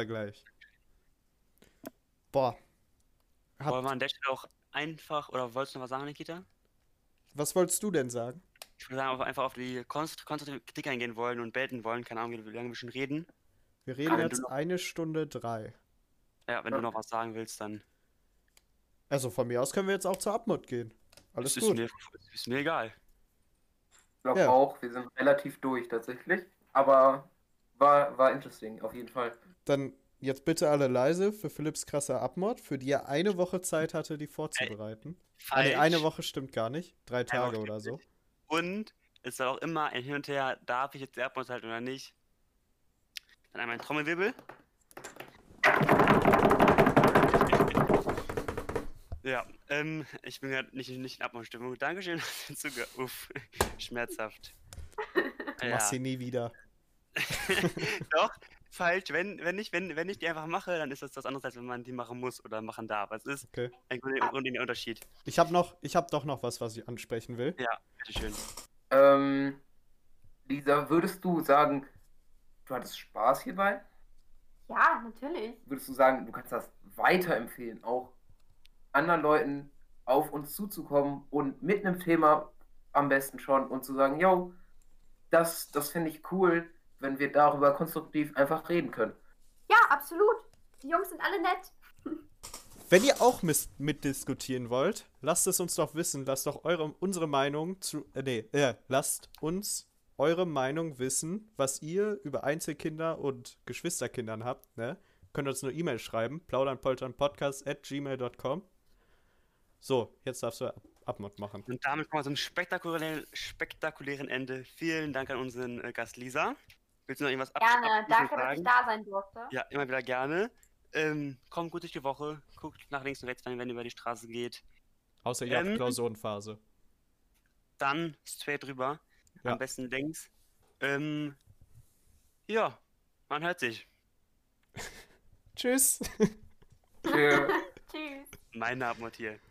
Boah. Wollen wir an der Stelle auch einfach, oder wolltest du noch was sagen, Nikita? Was wolltest du denn sagen? Ich würde sagen, einfach auf die konstruktive Kritik eingehen wollen und beten wollen. Keine Ahnung, wie lange wir schon reden. Wir reden Wenn jetzt du noch- 1:03. Ja, wenn du noch was sagen willst, dann Also von mir aus können wir jetzt auch zur Abmod gehen. Alles ist gut. mir egal. Ich glaube Ja. auch, wir sind relativ durch tatsächlich. Aber war interesting, auf jeden Fall. Dann jetzt bitte alle leise für Philipps krasse Abmod, für die er eine Woche Zeit hatte, die vorzubereiten. Ah, nee, eine Woche stimmt gar nicht. 3 Tage Woche oder so. stimmt Und es soll auch immer ein Hin und Her, darf ich jetzt die Erdnuss halten oder nicht. Dann einmal ein Trommelwirbel. Ja, ich bin gerade nicht in Abmordstimmung. Dankeschön. Uff, schmerzhaft. Du machst sie nie wieder. Doch, falsch. Wenn ich die einfach mache, dann ist das was anderes, als wenn man die machen muss oder machen darf. Es ist Okay. ein grundlegender Unterschied. Ich hab doch noch was ich ansprechen will. Ja, bitteschön. Lisa, würdest du sagen, du hattest Spaß hierbei? Ja, natürlich. Würdest du sagen, du kannst das weiterempfehlen, auch anderen Leuten auf uns zuzukommen und mit einem Thema am besten schon und zu sagen, yo, das finde ich cool, wenn wir darüber konstruktiv einfach reden können. Ja, absolut. Die Jungs sind alle nett. Wenn ihr auch mitdiskutieren wollt, lasst es uns doch wissen. Lasst doch unsere Meinung lasst uns eure Meinung wissen, was ihr über Einzelkinder und Geschwisterkindern habt, ne? Könnt uns eine E-Mail schreiben, plaudernpolternpodcast@gmail.com. So, jetzt darfst du Abmod machen. Und damit kommen wir zum spektakulären Ende. Vielen Dank an unseren Gast Lisa. Willst du noch irgendwas Gerne, abschließend danke, dass ich sagen? da sein durfte. Ja, immer wieder gerne. Kommt gut durch die Woche. Guckt nach links und rechts, wenn ihr über die Straße geht. Außer ihr habt Klausurenphase. Dann straight drüber. Ja. Am besten links. Ja, man hört sich. Tschüss. Tschö. Tschüss. Mein Name hier.